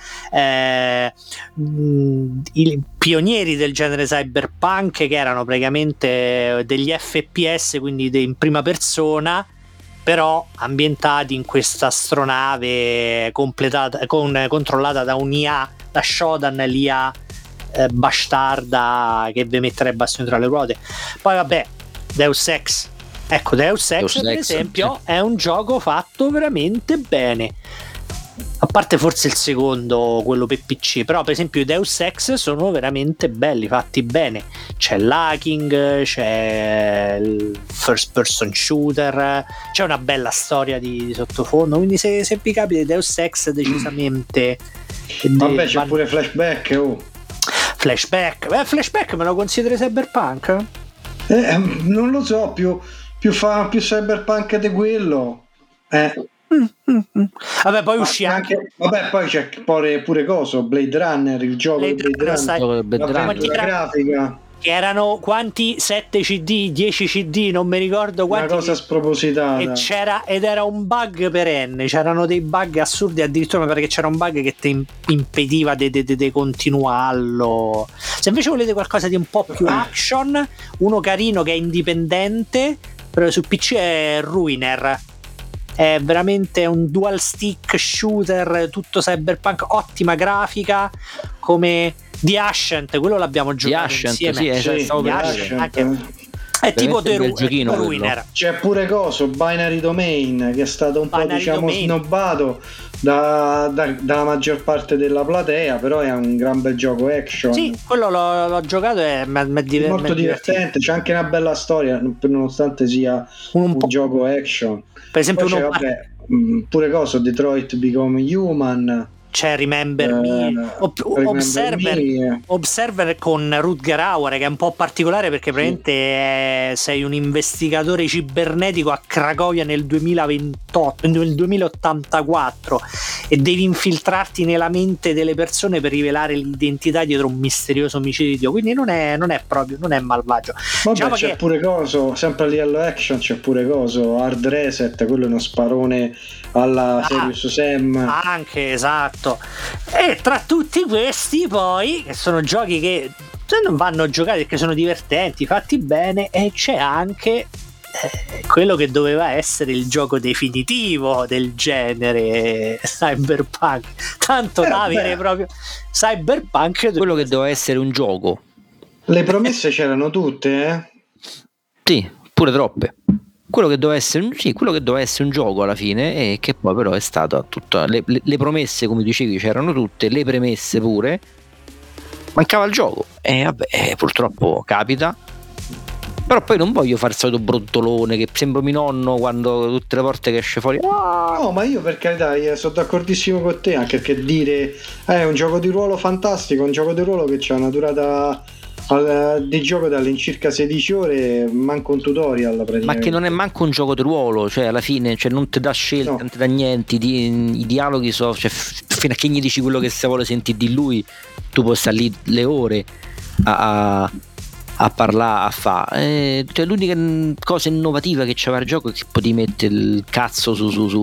i pionieri del genere cyberpunk, che erano praticamente degli FPS, quindi in prima persona, però ambientati in questa astronave controllata da un'IA, da Shodan, l'IA bastarda che vi mettere i bastoni tra le ruote. Poi vabbè, Deus Ex, ecco, Deus Ex per esempio è un gioco fatto veramente bene, a parte forse il secondo, quello per PC, però per esempio i Deus Ex sono veramente belli, fatti bene, c'è l'hacking, c'è il first person shooter, c'è una bella storia di sottofondo, quindi se vi capita Deus Ex decisamente vabbè c'è pure Flashback. Flashback me lo consideri cyberpunk? Non lo so, più cyberpunk di quello. Vabbè, poi uscì anche. Vabbè, poi c'è pure coso, Blade Runner, il gioco di Blade Runner, la grafica. Che erano quanti 7 CD, 10 CD, non mi ricordo quanti. Una cosa spropositata. Ed era un bug perenne, c'erano dei bug assurdi, addirittura perché c'era un bug che ti impediva di continuarlo. Se invece volete qualcosa di un po' più action, uno carino che è indipendente, però su PC è Ruiner. È veramente un dual stick shooter tutto cyberpunk, ottima grafica, come The Ascent, quello l'abbiamo giocato insieme. È tipo The Ruiner. C'è pure coso, Binary Domain, che è stato un po' diciamo snobbato dalla maggior parte della platea, però è un gran bel gioco action. Sì, quello l'ho giocato e mi è molto divertente, c'è anche una bella storia nonostante sia un gioco action. Per esempio pure coso, Detroit Become Human, c'è Remember Me, Observer con Rutger Hauer, che è un po' particolare perché praticamente sei un investigatore cibernetico a Cracovia nel 2084 e devi infiltrarti nella mente delle persone per rivelare l'identità dietro un misterioso omicidio, quindi non è malvagio. Vabbè, diciamo c'è pure coso, sempre a livello action c'è pure coso, Hard Reset, quello è uno sparone alla Serious Sam, anche, esatto. E tra tutti questi poi, che sono giochi che non vanno giocati perché sono divertenti, fatti bene, e c'è anche quello che doveva essere il gioco definitivo del genere, Cyberpunk, tanto da avere proprio Cyberpunk, quello che doveva essere un gioco. Le promesse c'erano tutte, Sì, pure troppe. Quello che doveva essere un gioco alla fine, e che poi però è stato tutto. Le promesse, come dicevi, c'erano tutte, le premesse pure, mancava il gioco. E vabbè, purtroppo capita. Però poi non voglio fare il solito brontolone che sembra mio nonno quando tutte le volte che esce fuori. No, ma io per carità sono d'accordissimo con te, anche perché dire è un gioco di ruolo fantastico, un gioco di ruolo che c'ha una durata di gioco dall'incirca 16 ore, manco un tutorial, ma che non è manco un gioco di ruolo, cioè alla fine non ti dà scelta, non ti dà niente, i dialoghi fino a che gli dici quello che si vuole sentire di lui, tu puoi stare lì le ore a parlare, a fare, cioè l'unica cosa innovativa che c'era il gioco è che potevi mettere il cazzo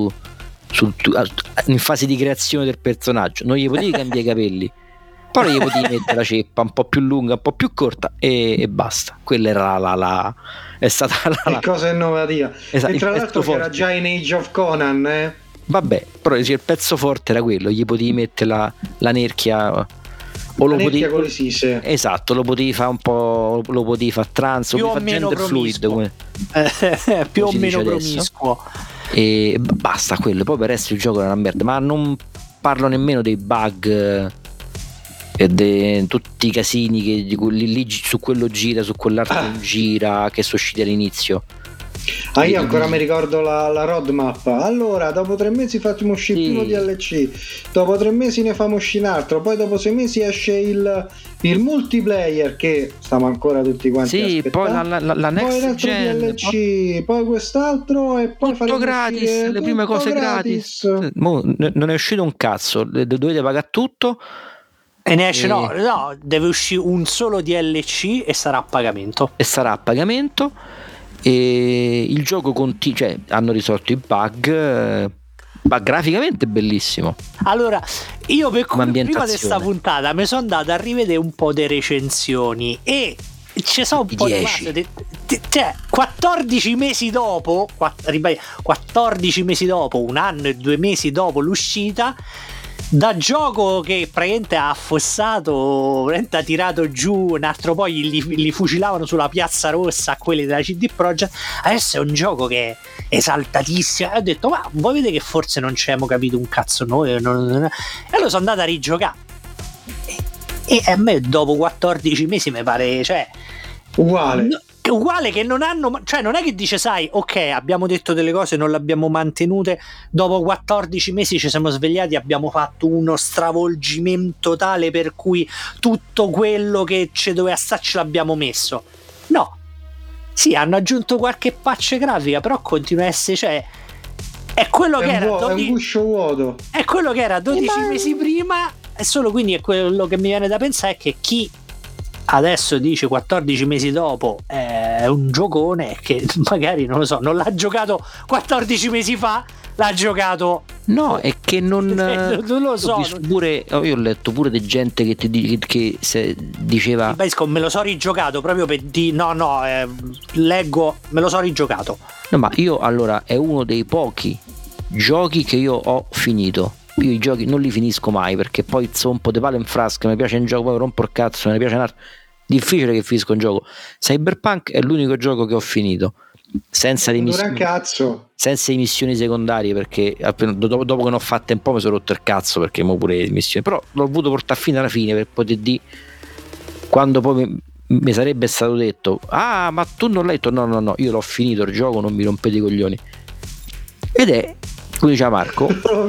in fase di creazione del personaggio, non gli potevi cambiare i capelli, però gli potevi mettere la ceppa un po' più lunga, un po' più corta e basta. Quella era è stata la cosa innovativa. Esatto, e tra l'altro c'era già in Age of Conan, vabbè, però il pezzo forte era quello, gli potevi mettere la nerchia, o lo potevi, con le sise. esatto, lo potevi fare un po', lo potevi fare trans, più o meno gender fluid, più o meno promiscuo, e basta quello. Poi per resto il gioco era una merda, ma non parlo nemmeno dei bug e tutti i casini che lì su quello gira, su quell'altro non gira, che sono usciti all'inizio. Io ancora mi ricordo la roadmap. Allora, dopo 3 mesi facciamo uscire il primo DLC, dopo 3 mesi ne famo uscire un altro, poi dopo 6 mesi esce il multiplayer, che stiamo ancora tutti quanti aspettando. Poi la next gen DLC, poi quest'altro, e poi tutto gratis, le prime cose gratis. Non è uscito un cazzo, dovete pagare tutto. E ne esce no, deve uscire un solo DLC e sarà a pagamento. E il gioco cioè hanno risolto i bug, ma graficamente è bellissimo. Allora, io prima di questa puntata mi sono andato a rivedere un po' di recensioni e ci sono un po' di cose, cioè 14 mesi dopo, 14 mesi dopo, 1 anno e 2 mesi dopo l'uscita, da gioco che praticamente ha affossato, praticamente ha tirato giù un altro, poi li fucilavano sulla Piazza Rossa a quelli della CD Projekt, adesso è un gioco che è esaltatissimo. E ho detto, ma voi vedete che forse non ci abbiamo capito un cazzo noi, e lo sono andato a rigiocare, e a me dopo 14 mesi mi pare, cioè uguale, che non hanno, cioè non è che dice, sai, ok, abbiamo detto delle cose, non le abbiamo mantenute, dopo 14 mesi ci siamo svegliati, abbiamo fatto uno stravolgimento tale per cui tutto quello che ci doveva stare ce l'abbiamo messo. No, sì, hanno aggiunto qualche patch grafica, però continua a essere, cioè è quello che era 12, è un guscio vuoto, è quello che era 12 mesi prima, e solo, quindi è quello che mi viene da pensare, è che chi adesso dice 14 mesi dopo è un giocone, che magari, non lo so, non l'ha giocato 14 mesi fa, l'ha giocato, no, è che non lo so, pure, io ho letto pure di gente che che diceva me lo so rigiocato proprio per leggo, me lo so rigiocato. No, ma io, allora, è uno dei pochi giochi che io ho finito. Io i giochi non li finisco mai, perché poi sono un po' di palo in frasca, mi piace un gioco, poi rompo il cazzo, me ne piace un altro, difficile che finisco un gioco. Cyberpunk è l'unico gioco che ho finito senza le missioni secondarie, perché dopo che ne ho fatte un po' mi sono rotto il cazzo, perché mo pure le missioni, però l'ho voluto portare fino alla fine per poter dire, quando poi mi sarebbe stato detto, ah, ma tu non l'hai detto, no, io l'ho finito il gioco, non mi rompete i coglioni. Ed è, come diceva Marco,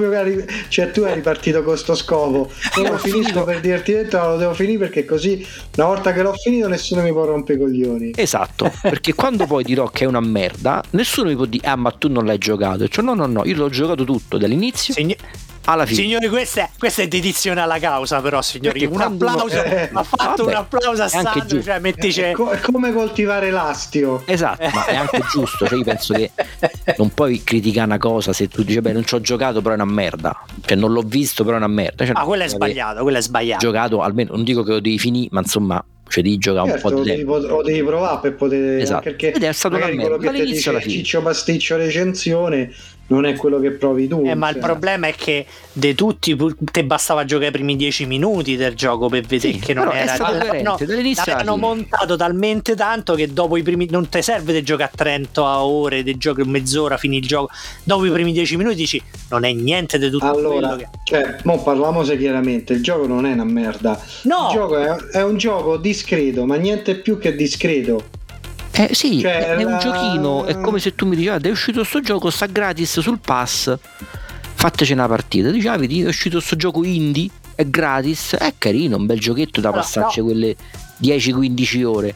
cioè tu eri partito con sto scopo, non lo finisco per dirti, lo devo finire perché così una volta che l'ho finito nessuno mi può rompere i coglioni. Esatto, perché quando poi dirò che è una merda, nessuno mi può dire, ah, ma tu non l'hai giocato, cioè, no, io l'ho giocato tutto dall'inizio alla fine. Signori, questa è dedizione alla causa, però, signori, perché un applauso, ha fatto un applauso a Sandro, cioè è come coltivare l'astio. Esatto, ma è anche giusto, cioè io penso che non puoi criticare una cosa se tu dici, beh, non ci ho giocato, però è una merda, cioè non l'ho visto, però è una merda, cioè, quello è sbagliato, giocato, almeno, non dico che lo devi finire, ma insomma, cioè devi giocare un po' di tempo, lo devi provare per poter, esatto. Perché ed è stato magari quello che ti dice Ciccio Pasticcio recensione non è quello che provi tu, ma il problema è che di tutti te bastava giocare i primi 10 minuti del gioco per vedere che non era l'hanno montato talmente tanto che dopo i primi, non ti serve di giocare a 30 ore, di gioco mezz'ora, fini il gioco, dopo i primi 10 minuti dici non è niente di tutto quello che... cioè, mo parliamose chiaramente, il gioco non è una merda, no, il gioco è un gioco discreto, ma niente più che discreto. Sì, cioè, è un giochino, è come se tu mi dici, è uscito sto gioco, sta gratis sul pass, fateci una partita, dici, vedi, è uscito sto gioco indie, è gratis, è carino, un bel giochetto da passarci quelle 10-15 ore,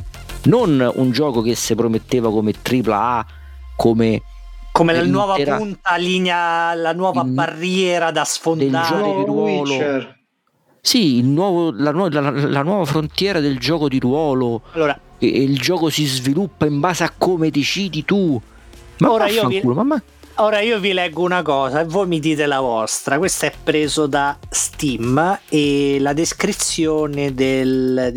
non un gioco che si prometteva come AAA, come la nuova punta linea, la nuova barriera da sfondare del gioco di ruolo. Witcher. Sì, la nuova frontiera del gioco di ruolo. Allora, e il gioco si sviluppa in base a come decidi tu. Ma ora io vi leggo una cosa e voi mi dite la vostra. Questo è preso da Steam e la descrizione del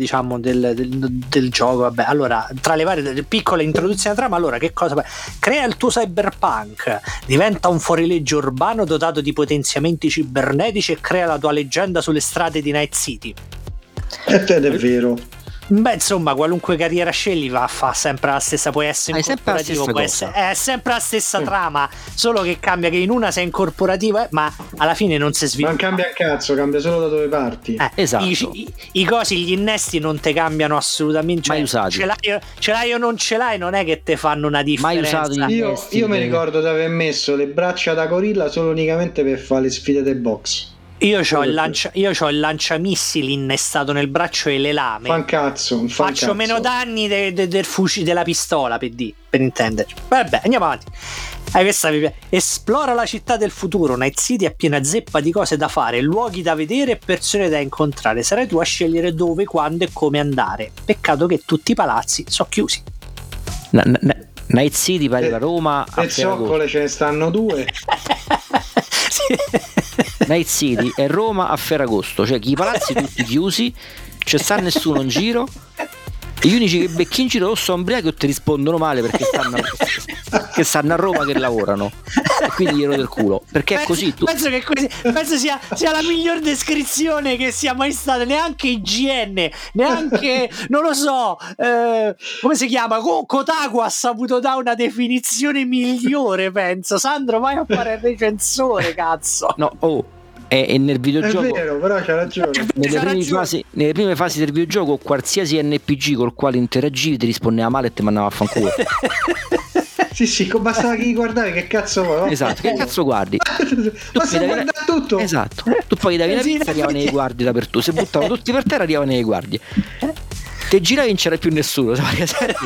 gioco, vabbè, allora, tra le varie piccole introduzioni alla trama, allora, che cosa crea il tuo cyberpunk, diventa un fuorilegge urbano dotato di potenziamenti cibernetici e crea la tua leggenda sulle strade di Night City. Ed è vero. Beh, insomma, qualunque carriera scegli fa sempre la stessa, puoi essere in corporativo, è sempre la stessa trama, solo che cambia che in una sei in corporativo, ma alla fine non si sviluppa. Non cambia un cazzo, cambia solo da dove parti. Esatto. I cosi, gli innesti non te cambiano assolutamente, cioè, mai usati. Ce l'hai o non ce l'hai, non è che te fanno una differenza. Mai usati io mi ricordo di aver messo le braccia da gorilla solo unicamente per fare le sfide dei box. Io c'ho il lanciamissili innestato nel braccio e le lame. Faccio meno danni del fucile della pistola, per intenderci. Vabbè, andiamo avanti. Questa mi piace. Esplora la città del futuro. Night City è piena zeppa di cose da fare, luoghi da vedere e persone da incontrare. Sarai tu a scegliere dove, quando e come andare. Peccato che tutti i palazzi sono chiusi. Night City pare la Roma a Ferragosto. Ce ne stanno 2. Night City è Roma a Ferragosto, cioè i palazzi tutti chiusi, c'è sta nessuno in giro, e gli unici che becchi in giro o sono ubriachi o ti rispondono male perché stanno a Roma che lavorano. quindi glielo del culo, perché è così. Penso sia la miglior descrizione che sia mai stata. Neanche IGN, neanche non lo so, come si chiama, Kotaku ha saputo dare una definizione migliore. Penso, Sandro, vai a fare il recensore, cazzo. No, è nel videogioco. È vero, però c'ha ragione. Nelle prime fasi del videogioco, qualsiasi NPG col quale interagivi ti rispondeva male e ti mandava a fanculo. Sì, bastava che guardavi, che cazzo vuoi? Esatto, che cazzo guardi? Ma se guarda tutto. Esatto, tu poi gli davi una pizza, arrivavano i guardie dappertutto, se buttavano tutti per terra arrivavano i guardie. Te giravi e non c'era più nessuno, quello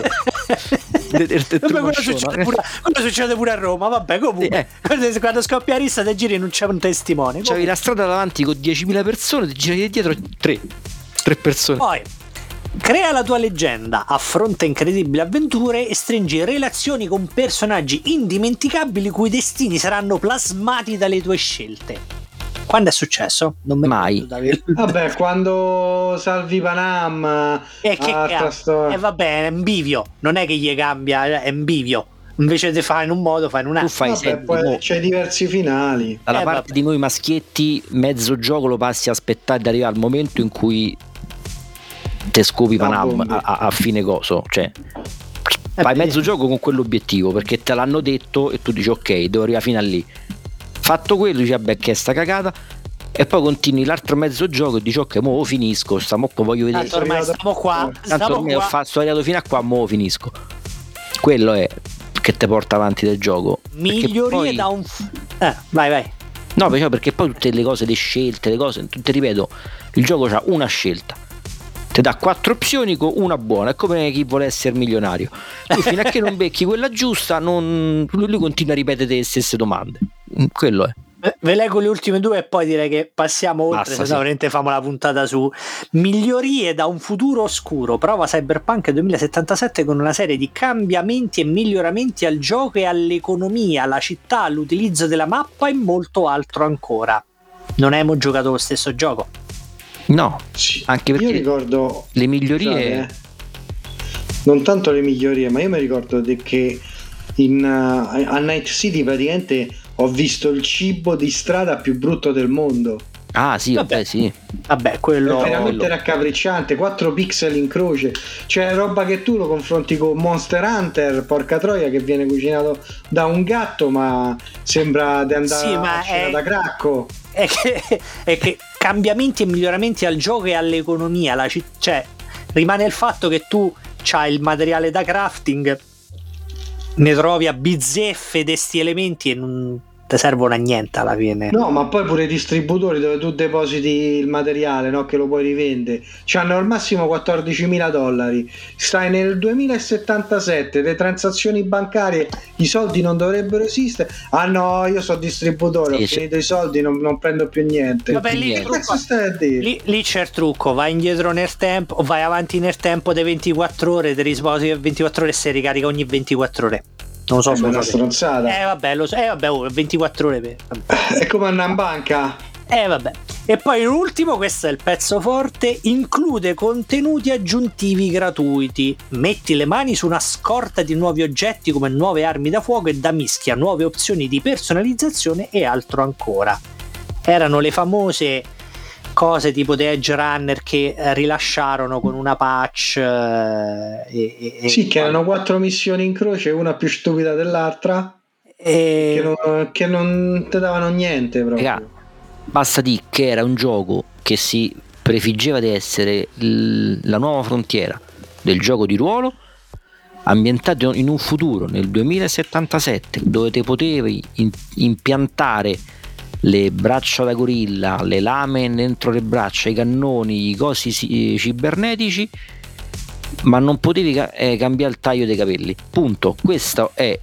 succede pure a Roma, vabbè, comunque quando scoppia rissa te giri e non c'è un testimone. C'avevi la strada davanti con 10.000 persone, ti giravi dietro 3 persone. Poi crea la tua leggenda, affronta incredibili avventure e stringi relazioni con personaggi indimenticabili cui destini saranno plasmati dalle tue scelte. Quando è successo? Non mi mai. Vabbè, quando salvi Panam vabbè, è un bivio, non è che gli cambia, è un bivio. Invece di fare in un modo, fai in un altro. Poi c'è diversi finali. Dalla parte di noi maschietti, mezzo gioco lo passi a aspettare di arrivare al momento in cui te scopi Panam a fine coso, cioè fai mezzo gioco con quell'obiettivo perché te l'hanno detto e tu dici ok, devo arrivare fino a lì. Fatto quello, dici vabbè, che è sta cagata, e poi continui l'altro mezzo gioco e dici ok, mo lo finisco, voglio vedere. Tanto ormai stiamo qua. Sto arrivato fino a qua, mo lo finisco. Quello è che te porta avanti del gioco. Migliorie poi... da un vai. No, perché poi tutte le cose, le scelte, le cose, ti ripeto, il gioco c'ha una scelta. Ti dà 4 opzioni con una buona, è come chi vuole essere milionario. Tu fino a che non becchi quella giusta, lui continua a ripetere le stesse domande. Quello è. Ve leggo le ultime due e poi direi che passiamo oltre. Se no veramente famo la puntata su migliorie da un futuro oscuro. Prova Cyberpunk 2077 con una serie di cambiamenti e miglioramenti al gioco e all'economia, alla città, all'utilizzo della mappa e molto altro ancora. Non abbiamo giocato lo stesso gioco. No, anche perché io ricordo le migliorie, non tanto le migliorie, ma io mi ricordo che a Night City praticamente ho visto il cibo di strada più brutto del mondo. Ah sì, vabbè sì. Vabbè, quello è veramente raccapricciante, 4 pixel in croce, cioè roba che tu lo confronti con Monster Hunter, porca troia, che viene cucinato da un gatto ma sembra di andare a cena da cracco. È che cambiamenti e miglioramenti al gioco e all'economia, cioè rimane il fatto che tu c'hai il materiale da crafting, ne trovi a bizzeffe di sti elementi e non ti servono a niente alla fine. No, ma poi pure i distributori dove tu depositi il materiale, no, che lo puoi rivendere, c'hanno al massimo $14.000. Stai nel 2077, le transazioni bancarie, i soldi non dovrebbero esistere. Ah no, io sono distributore, ho finito i soldi, non prendo più niente. Vabbè, lì c'è il trucco, vai indietro nel tempo, vai avanti nel tempo dei 24 ore, ti risposi 24 ore e si ricarica ogni 24 ore. Non so se è una stronzata. Vabbè, lo so. 24 ore è come andare in banca. Vabbè. E poi l'ultimo, questo è il pezzo forte, include contenuti aggiuntivi gratuiti. Metti le mani su una scorta di nuovi oggetti come nuove armi da fuoco e da mischia, nuove opzioni di personalizzazione e altro ancora. Erano le famose cose tipo The Edge Runner che rilasciarono con una patch sì, che erano 4 missioni in croce, una più stupida dell'altra, che non ti davano niente proprio. Raga, basta dire che era un gioco che si prefiggeva di essere la nuova frontiera del gioco di ruolo, ambientato in un futuro nel 2077 dove te potevi impiantare le braccia da gorilla, le lame dentro le braccia, i cannoni, i cosi cibernetici, ma non potevi cambiare il taglio dei capelli. Punto. Questa è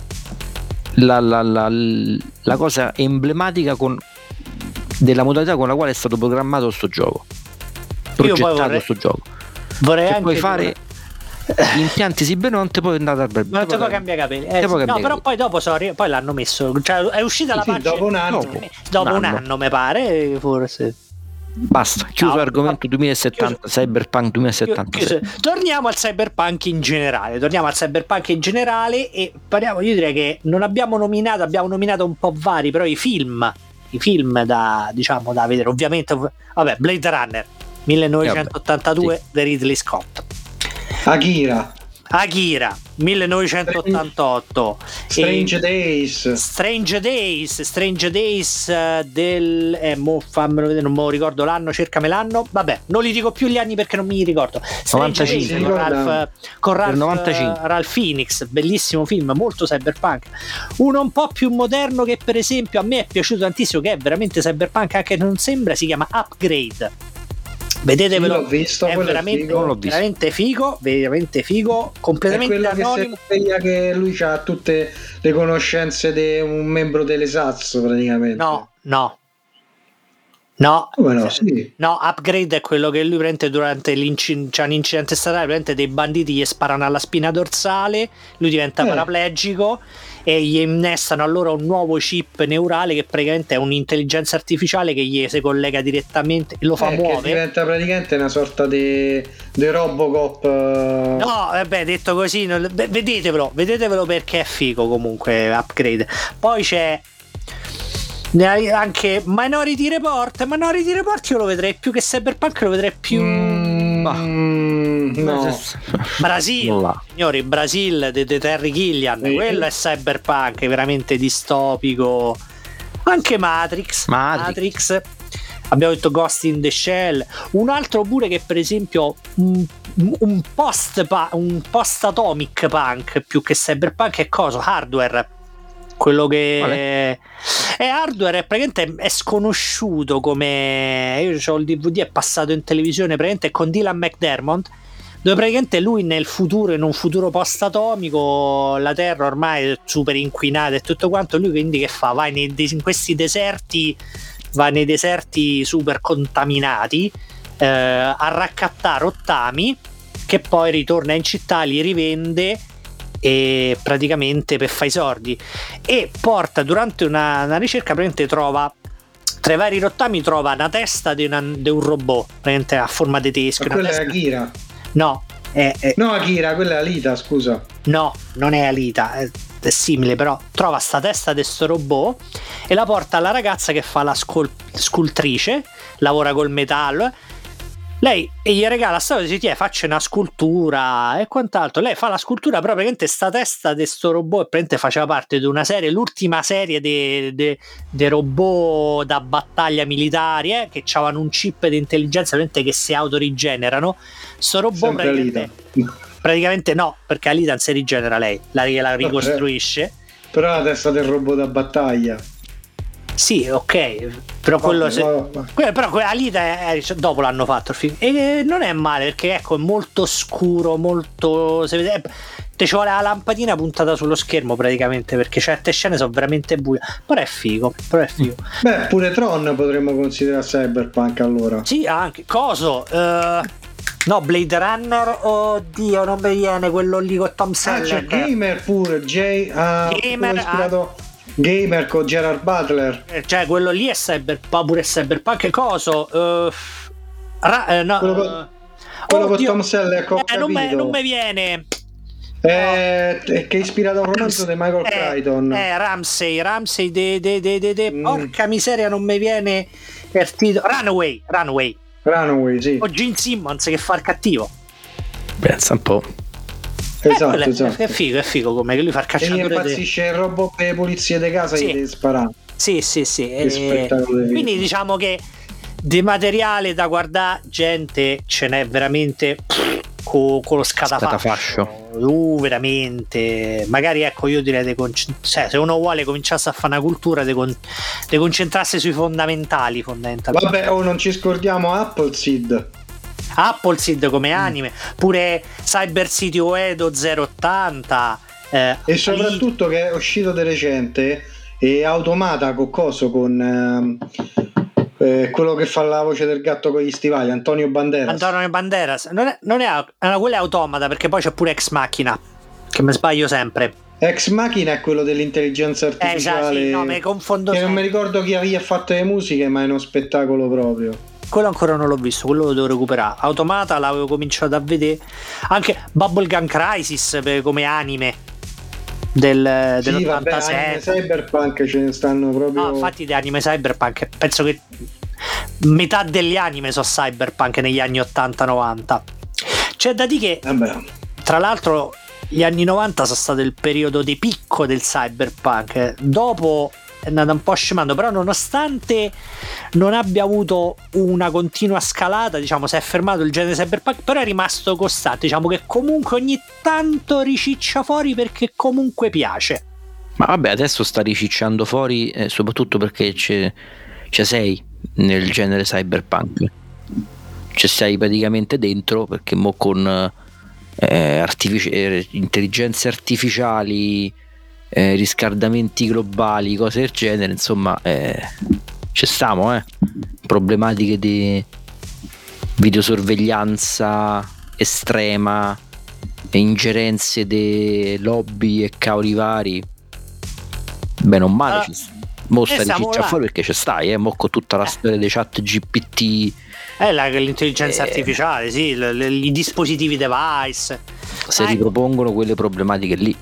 la cosa emblematica della modalità con la quale è stato programmato sto gioco. Progettato sto gioco. Vorrei che anche puoi fare gli impianti Sibernonte, poi è andata al barbero. Non te poi cambia capelli. Però poi dopo poi l'hanno messo. Cioè è uscita la patch dopo un anno. Dopo un anno mi pare, forse. Basta, chiuso l'argomento 2070, Cyberpunk 2070. Torniamo al Cyberpunk in generale. E parliamo, io direi che non abbiamo nominato un po' vari, però i film da vedere. Ovviamente, vabbè, Blade Runner 1982 di Ridley Scott. Akira 1988. Strange Days del fammelo vedere, non me lo ricordo l'anno, cercami l'anno, vabbè, non li dico più gli anni perché non mi ricordo. 95 con Ralph Phoenix, bellissimo film, molto cyberpunk. Uno un po' più moderno che per esempio a me è piaciuto tantissimo, che è veramente cyberpunk anche se non sembra, si chiama Upgrade. Vedetevelo, l'ho visto, è veramente figo, completamente anonimo. Che lui ha tutte le conoscenze di un membro delle SATS praticamente. No, sì. No, Upgrade è quello che lui prende durante c'è un incidente stradale, prende dei banditi gli sparano alla spina dorsale, lui diventa paraplegico e gli innestano allora un nuovo chip neurale che praticamente è un'intelligenza artificiale che gli si collega direttamente e lo fa muovere. Diventa praticamente una sorta di Robocop. No, vabbè, detto così, vedetevelo perché è figo comunque Upgrade. Poi c'è anche Minority Report io lo vedrei più che Cyberpunk, lo vedrei più no. Brasil, signori, Brasil di Terry Gilliam, quello è Cyberpunk, veramente distopico. Anche Matrix. Abbiamo detto Ghost in the Shell. Un altro pure che per esempio un post atomic punk più che cyberpunk è Hardware. Quello che è Hardware è praticamente è sconosciuto, come io ho il DVD, è passato in televisione praticamente con Dylan McDermott, dove praticamente lui in un futuro post atomico, la Terra ormai è super inquinata e tutto quanto, lui quindi che fa? Va in questi deserti, super contaminati a raccattare ottami, che poi ritorna in città, li rivende e praticamente per fare i sordi, e porta durante una ricerca praticamente trova tra i vari rottami, trova una testa di un robot praticamente a forma di teschio. Ma quella è Akira? No, no, Akira, quella è Alita, scusa. No, non è Alita, è simile, però trova sta testa di sto robot e la porta alla ragazza che fa la scultrice, lavora col metallo. Lei e gli regala sta cosa, dice faccio una scultura e quant'altro. Lei fa la scultura, però praticamente sta testa di sto robot praticamente faceva parte di una serie, l'ultima serie dei robot da battaglia militari che avevano un chip di intelligenza che si autorigenerano. Sto robot praticamente no, perché Alita non si rigenera, lei la ricostruisce. Però la testa del robot da battaglia. Sì, ok, però però Alita dopo l'hanno fatto il film e non è male, perché ecco è molto scuro, molto, si vede, ci vuole la lampadina puntata sullo schermo praticamente, perché certe scene sono veramente buie, però è figo. Beh, pure Tron potremmo considerare cyberpunk allora. Sì, anche no, Blade Runner, oddio, non mi viene quello lì con Tom Selleck. C'è Gamer pure, Gamer con Gerard Butler, cioè quello lì è pure cyberpunk. Quello con Tom Selleck, non mi viene. Che è ispirato a un romanzo di Michael Crichton. Ramsey porca miseria, non mi viene il titolo. Runaway, sì. O Gene Simmons che fa il cattivo. Pensa un po'. Esatto. È figo come che lui fa il cacciatore. E impazzisce il robot per le pulizie di casa, gli deve sparare. Sì. Quindi diciamo che di materiale da guardare, gente, ce n'è veramente con lo scatafascio. Veramente. Magari ecco, io direi se uno vuole cominciare a fare una cultura, di concentrarsi sui fondamentali. Vabbè, non ci scordiamo Appleseed come anime, pure Cyber City Oedo 080 e soprattutto che è uscito di recente e Automata con quello che fa la voce del gatto con gli stivali, Antonio Banderas. Quella è Automata, perché poi c'è pure Ex Machina, che mi sbaglio sempre. Ex Machina è quello dell'intelligenza artificiale, no, mi confondo che non mi ricordo chi aveva fatto le musiche, ma è uno spettacolo proprio. quello ancora non l'ho visto, quello lo devo recuperare. Automata l'avevo cominciato a vedere, anche Bubblegum Crisis come anime dell'86. Vabbè, anime cyberpunk ce ne stanno proprio. No, infatti di anime cyberpunk penso che metà degli anime sono cyberpunk negli anni 80-90. C'è da dire che tra l'altro gli anni 90 sono stato il periodo di picco del cyberpunk, dopo è andata un po' scemando, però nonostante non abbia avuto una continua scalata, diciamo, si è fermato il genere cyberpunk, però è rimasto costante, diciamo che comunque ogni tanto riciccia fuori perché comunque piace. Ma vabbè, adesso sta ricicciando fuori soprattutto perché c'è sei nel genere cyberpunk, ci sei praticamente dentro, perché mo con intelligenze artificiali, riscaldamenti globali, cose del genere, insomma, ci stiamo, problematiche di videosorveglianza estrema, ingerenze di lobby e cavoli vari. Beh, non male, mo sta riciccia fuori perché ci stai, mo con tutta la storia dei chat GPT, l'intelligenza artificiale, sì, i dispositivi device si ripropongono quelle problematiche lì.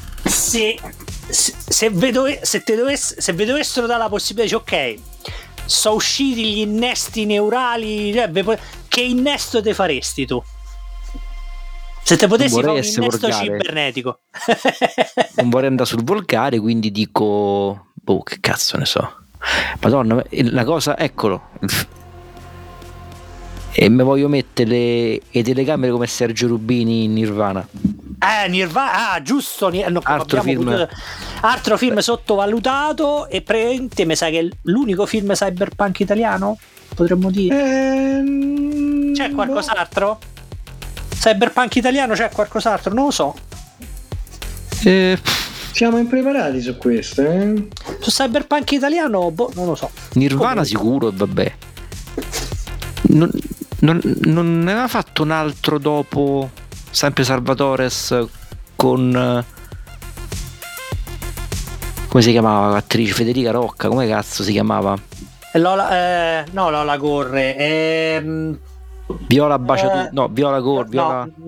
Se vi dovessero dare la possibilità, ok, sono usciti gli innesti neurali, che innesto te faresti tu? Se te potessi fare un innesto cibernetico. Non vorrei andare sul volgare, quindi dico che cazzo ne so, madonna, la cosa, eccolo, e mi voglio mettere le telecamere come Sergio Rubini in Nirvana. Nirvana, giusto, altro film sottovalutato, e praticamente mi sa che è l'unico film cyberpunk italiano, potremmo dire. C'è qualcos'altro? Cyberpunk italiano, c'è qualcos'altro? Non lo so. Siamo impreparati su questo, Su cyberpunk italiano, non lo so. Nirvana sicuro, e vabbè. Non ne aveva fatto un altro dopo, sempre Salvatores, con come si chiamava l'attrice? Federica Rocca, come cazzo si chiamava? Lola Corre, Viola Baciatu, Viola Corre,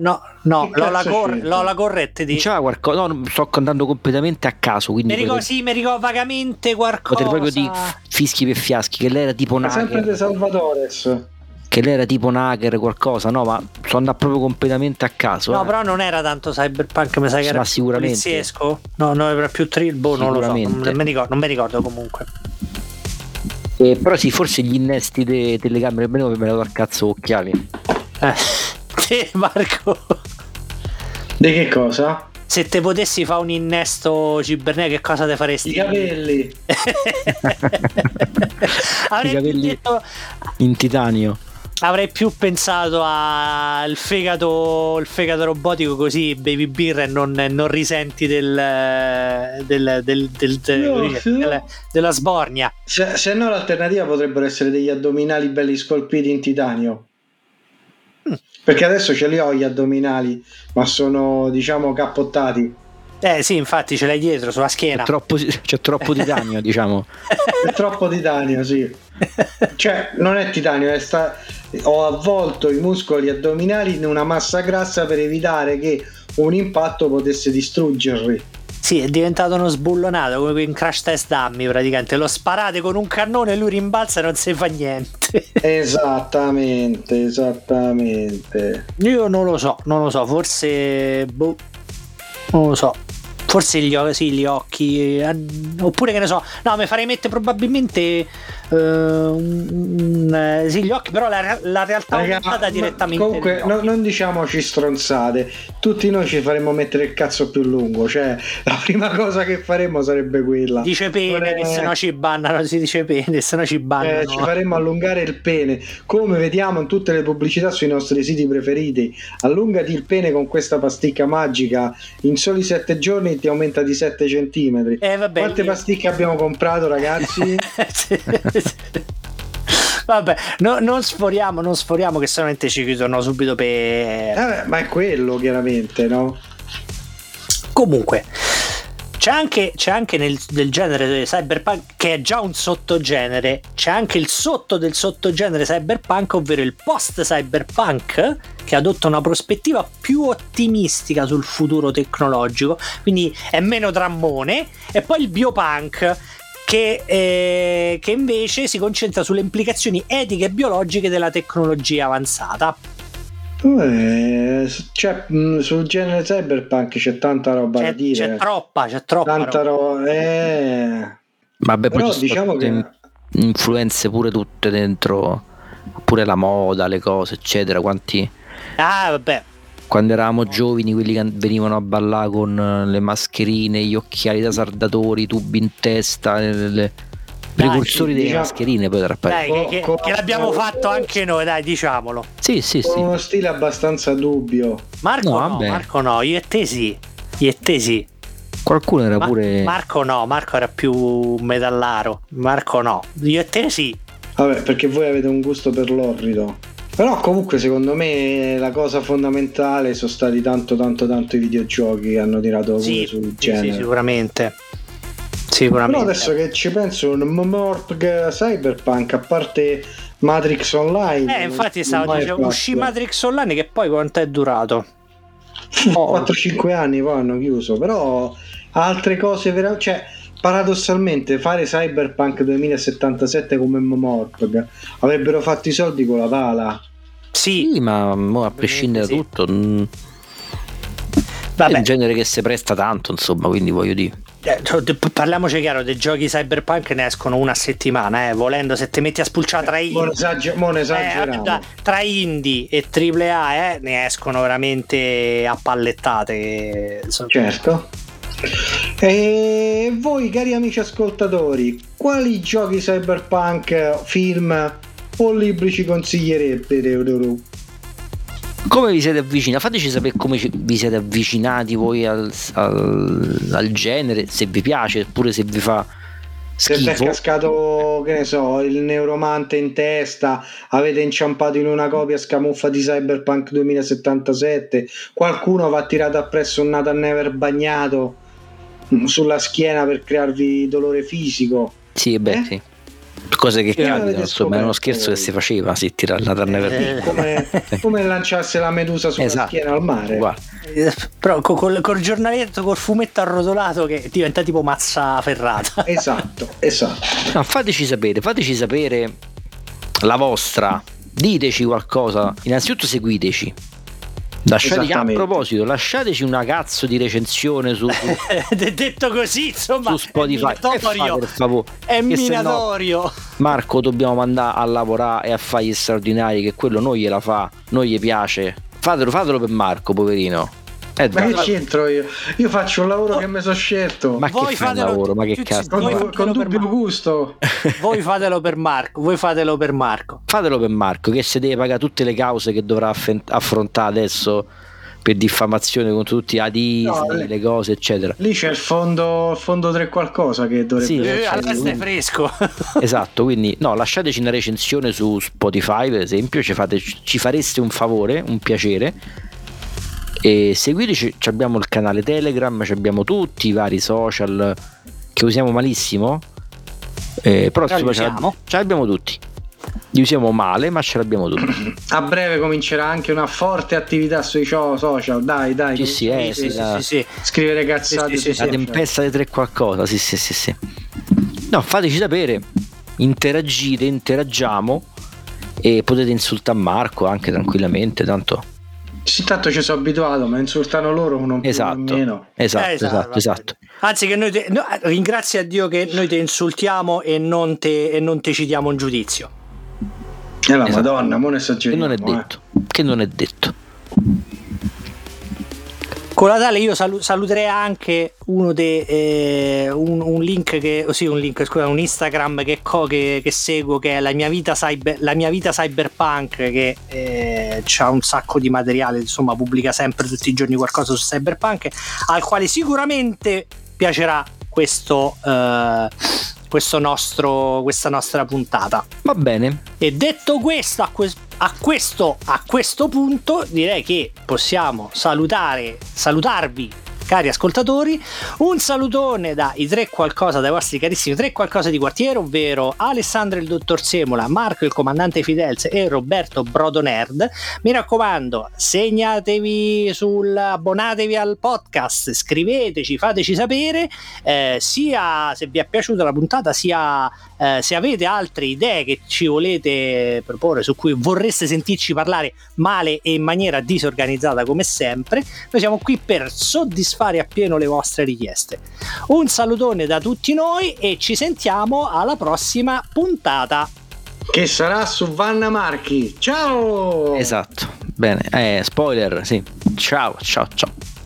Lola Corrette di... C'era qualcosa, no, sto andando completamente a caso, quindi mi ricordo vagamente qualcosa. Potrei proprio di fischi per fiaschi, che lei era tipo una sempre De Salvatores, che lei era tipo un hacker, qualcosa, no? Ma sto andando proprio completamente a caso. No, però non era tanto cyberpunk, mi sa che era poliziesco. No, era più thrill, non lo so, non mi ricordo comunque. Però sì, forse gli innesti delle telecamere me ne do al cazzo occhiali. Marco, di che cosa? Se te potessi fare un innesto cibernetico, che cosa te faresti? I capelli. I capelli in titanio. Avrei più pensato al fegato robotico, così bevi birra e non risenti della sbornia. Se no, l'alternativa potrebbero essere degli addominali belli scolpiti in titanio. Perché adesso ce li ho gli addominali, ma sono, diciamo, cappottati. Sì, infatti ce l'hai dietro sulla schiena. C'è troppo titanio, diciamo. È troppo titanio, sì. Cioè, non è titanio, ho avvolto i muscoli addominali in una massa grassa per evitare che un impatto potesse distruggerli. Sì, è diventato uno sbullonato, come in Crash Test Dummy, praticamente. Lo sparate con un cannone e lui rimbalza e non si fa niente. Esattamente. Io non lo so, forse non lo so. Forse gli occhi, oppure che ne so, no, mi farei mettere probabilmente gli occhi, però la realtà aumentata direttamente. Comunque non diciamoci stronzate, tutti noi ci faremmo mettere il cazzo più lungo, cioè la prima cosa che faremmo sarebbe quella. Dice pene, che se no ci bannano, si dice pene, se no ci bannano. Ci faremmo allungare il pene, come vediamo in tutte le pubblicità sui nostri siti preferiti. Allungati il pene con questa pasticca magica, in soli 7 giorni ti aumenta di 7 centimetri. Vabbè, quante pasticche abbiamo comprato, ragazzi? Vabbè, non sforiamo che solamente ci ritorno subito per... ma è quello, chiaramente, no? Comunque, C'è anche del genere cyberpunk, che è già un sottogenere, c'è anche il sotto del sottogenere cyberpunk, ovvero il post cyberpunk, che adotta una prospettiva più ottimistica sul futuro tecnologico, quindi è meno drammone, e poi il biopunk che invece si concentra sulle implicazioni etiche e biologiche della tecnologia avanzata. Cioè, sul genere cyberpunk c'è tanta roba da dire. C'è troppa tanta roba. Vabbè, Però poi diciamo che influenze pure tutte dentro, pure la moda, le cose, eccetera. Vabbè. Quando eravamo giovani, quelli che venivano a ballare con le mascherine, gli occhiali da saldatori, i tubi in testa, precursori delle mascherine, poi che l'abbiamo fatto anche noi, dai, diciamolo. Sì. Con uno stile abbastanza dubbio. Marco no, io e te sì. Qualcuno era pure... Marco era più metallaro. Marco no, io e te sì. Vabbè, perché voi avete un gusto per l'orrido. Però comunque secondo me la cosa fondamentale sono stati tanto i videogiochi che hanno tirato pure sul genere. Sì, sicuramente. Però adesso che ci penso, un MMORPG cyberpunk, a parte Matrix Online, infatti stavo dicendo, uscì Matrix Online, che poi quanto è durato? 4-5 anni poi hanno chiuso. Però altre cose cioè paradossalmente fare Cyberpunk 2077 come MMORPG avrebbero fatto i soldi con la pala. Sì, ma a prescindere da tutto, vabbè, è un genere che si presta tanto, insomma, quindi voglio dire. Parliamoci chiaro, dei giochi cyberpunk ne escono una a settimana, volendo, se ti metti a spulciare tra indie e AAA, ne escono veramente a pallettate. Certo. E voi, cari amici ascoltatori, quali giochi cyberpunk, film o libri ci consiglierebbero? Come vi siete avvicinati? Fateci sapere come vi siete avvicinati voi al genere, se vi piace, oppure se vi fa schifo. Se vi è cascato, che ne so, il neuromante in testa, avete inciampato in una copia scamuffa di Cyberpunk 2077, qualcuno va tirato appresso un Nathan Never bagnato sulla schiena per crearvi dolore fisico. Sì, sì. Cose che capitano, insomma, è uno scherzo che si faceva, si tira la come lanciasse la medusa sulla schiena al mare. Guarda. Però col giornaletto, col fumetto arrotolato che diventa tipo mazza ferrata. Esatto. No, fateci sapere la vostra, diteci qualcosa, innanzitutto seguiteci. A proposito, lasciateci una cazzo di recensione su detto così, insomma, su Spotify, per favore, è minatorio. Marco dobbiamo mandare a lavorare e a fare gli straordinari, che quello non gliela fa, non gli piace. Fatelo per Marco, poverino. Ma che c'entro io? Io faccio un lavoro che mi sono scelto. Ma che fai un lavoro? Ma che cazzo? Con dubbio gusto. Voi fatelo per Marco. Fatelo per Marco, che se deve pagare tutte le cause che dovrà affrontare adesso per diffamazione contro tutti a Disney, le cose, eccetera. Lì c'è il fondo 3 qualcosa che dovrebbe allora stai fresco. Esatto, quindi lasciateci una recensione su Spotify, per esempio, ci fareste un favore, un piacere. E seguiteci, abbiamo il canale Telegram, abbiamo tutti i vari social che usiamo malissimo, però ce l'abbiamo tutti, li usiamo male ma ce l'abbiamo tutti. A breve comincerà anche una forte attività sui social, dai sì. Scrivere cazzate, la tempesta di 3 qualcosa, sì. No, fateci sapere, interagiamo e potete insultare Marco anche tranquillamente, tanto ci sono abituato, ma insultano loro non più nemmeno. Esatto. Anzi, che ringrazia Dio che noi te insultiamo e non te citiamo un giudizio. Madonna, mo ne esageriamo. Che non è detto. Con la tale io saluterei anche un Instagram che seguo, che è la mia vita cyberpunk, che c'ha un sacco di materiale, insomma, pubblica sempre tutti i giorni qualcosa su cyberpunk, al quale sicuramente piacerà questa nostra puntata. Va bene. E detto questo, a questo punto direi che possiamo salutarvi cari ascoltatori. Un salutone dai dai vostri carissimi tre qualcosa di quartiere, ovvero Alessandro il dottor Semola, Marco il comandante Fidels e Roberto Brodo Nerd. Mi raccomando, segnatevi abbonatevi al podcast, scriveteci, fateci sapere sia se vi è piaciuta la puntata, sia se avete altre idee che ci volete proporre, su cui vorreste sentirci parlare male e in maniera disorganizzata come sempre. Noi siamo qui per soddisfare appieno le vostre richieste. Un salutone da tutti noi e ci sentiamo alla prossima puntata, che sarà su Vanna Marchi. Ciao. Esatto, bene, spoiler, sì. Ciao.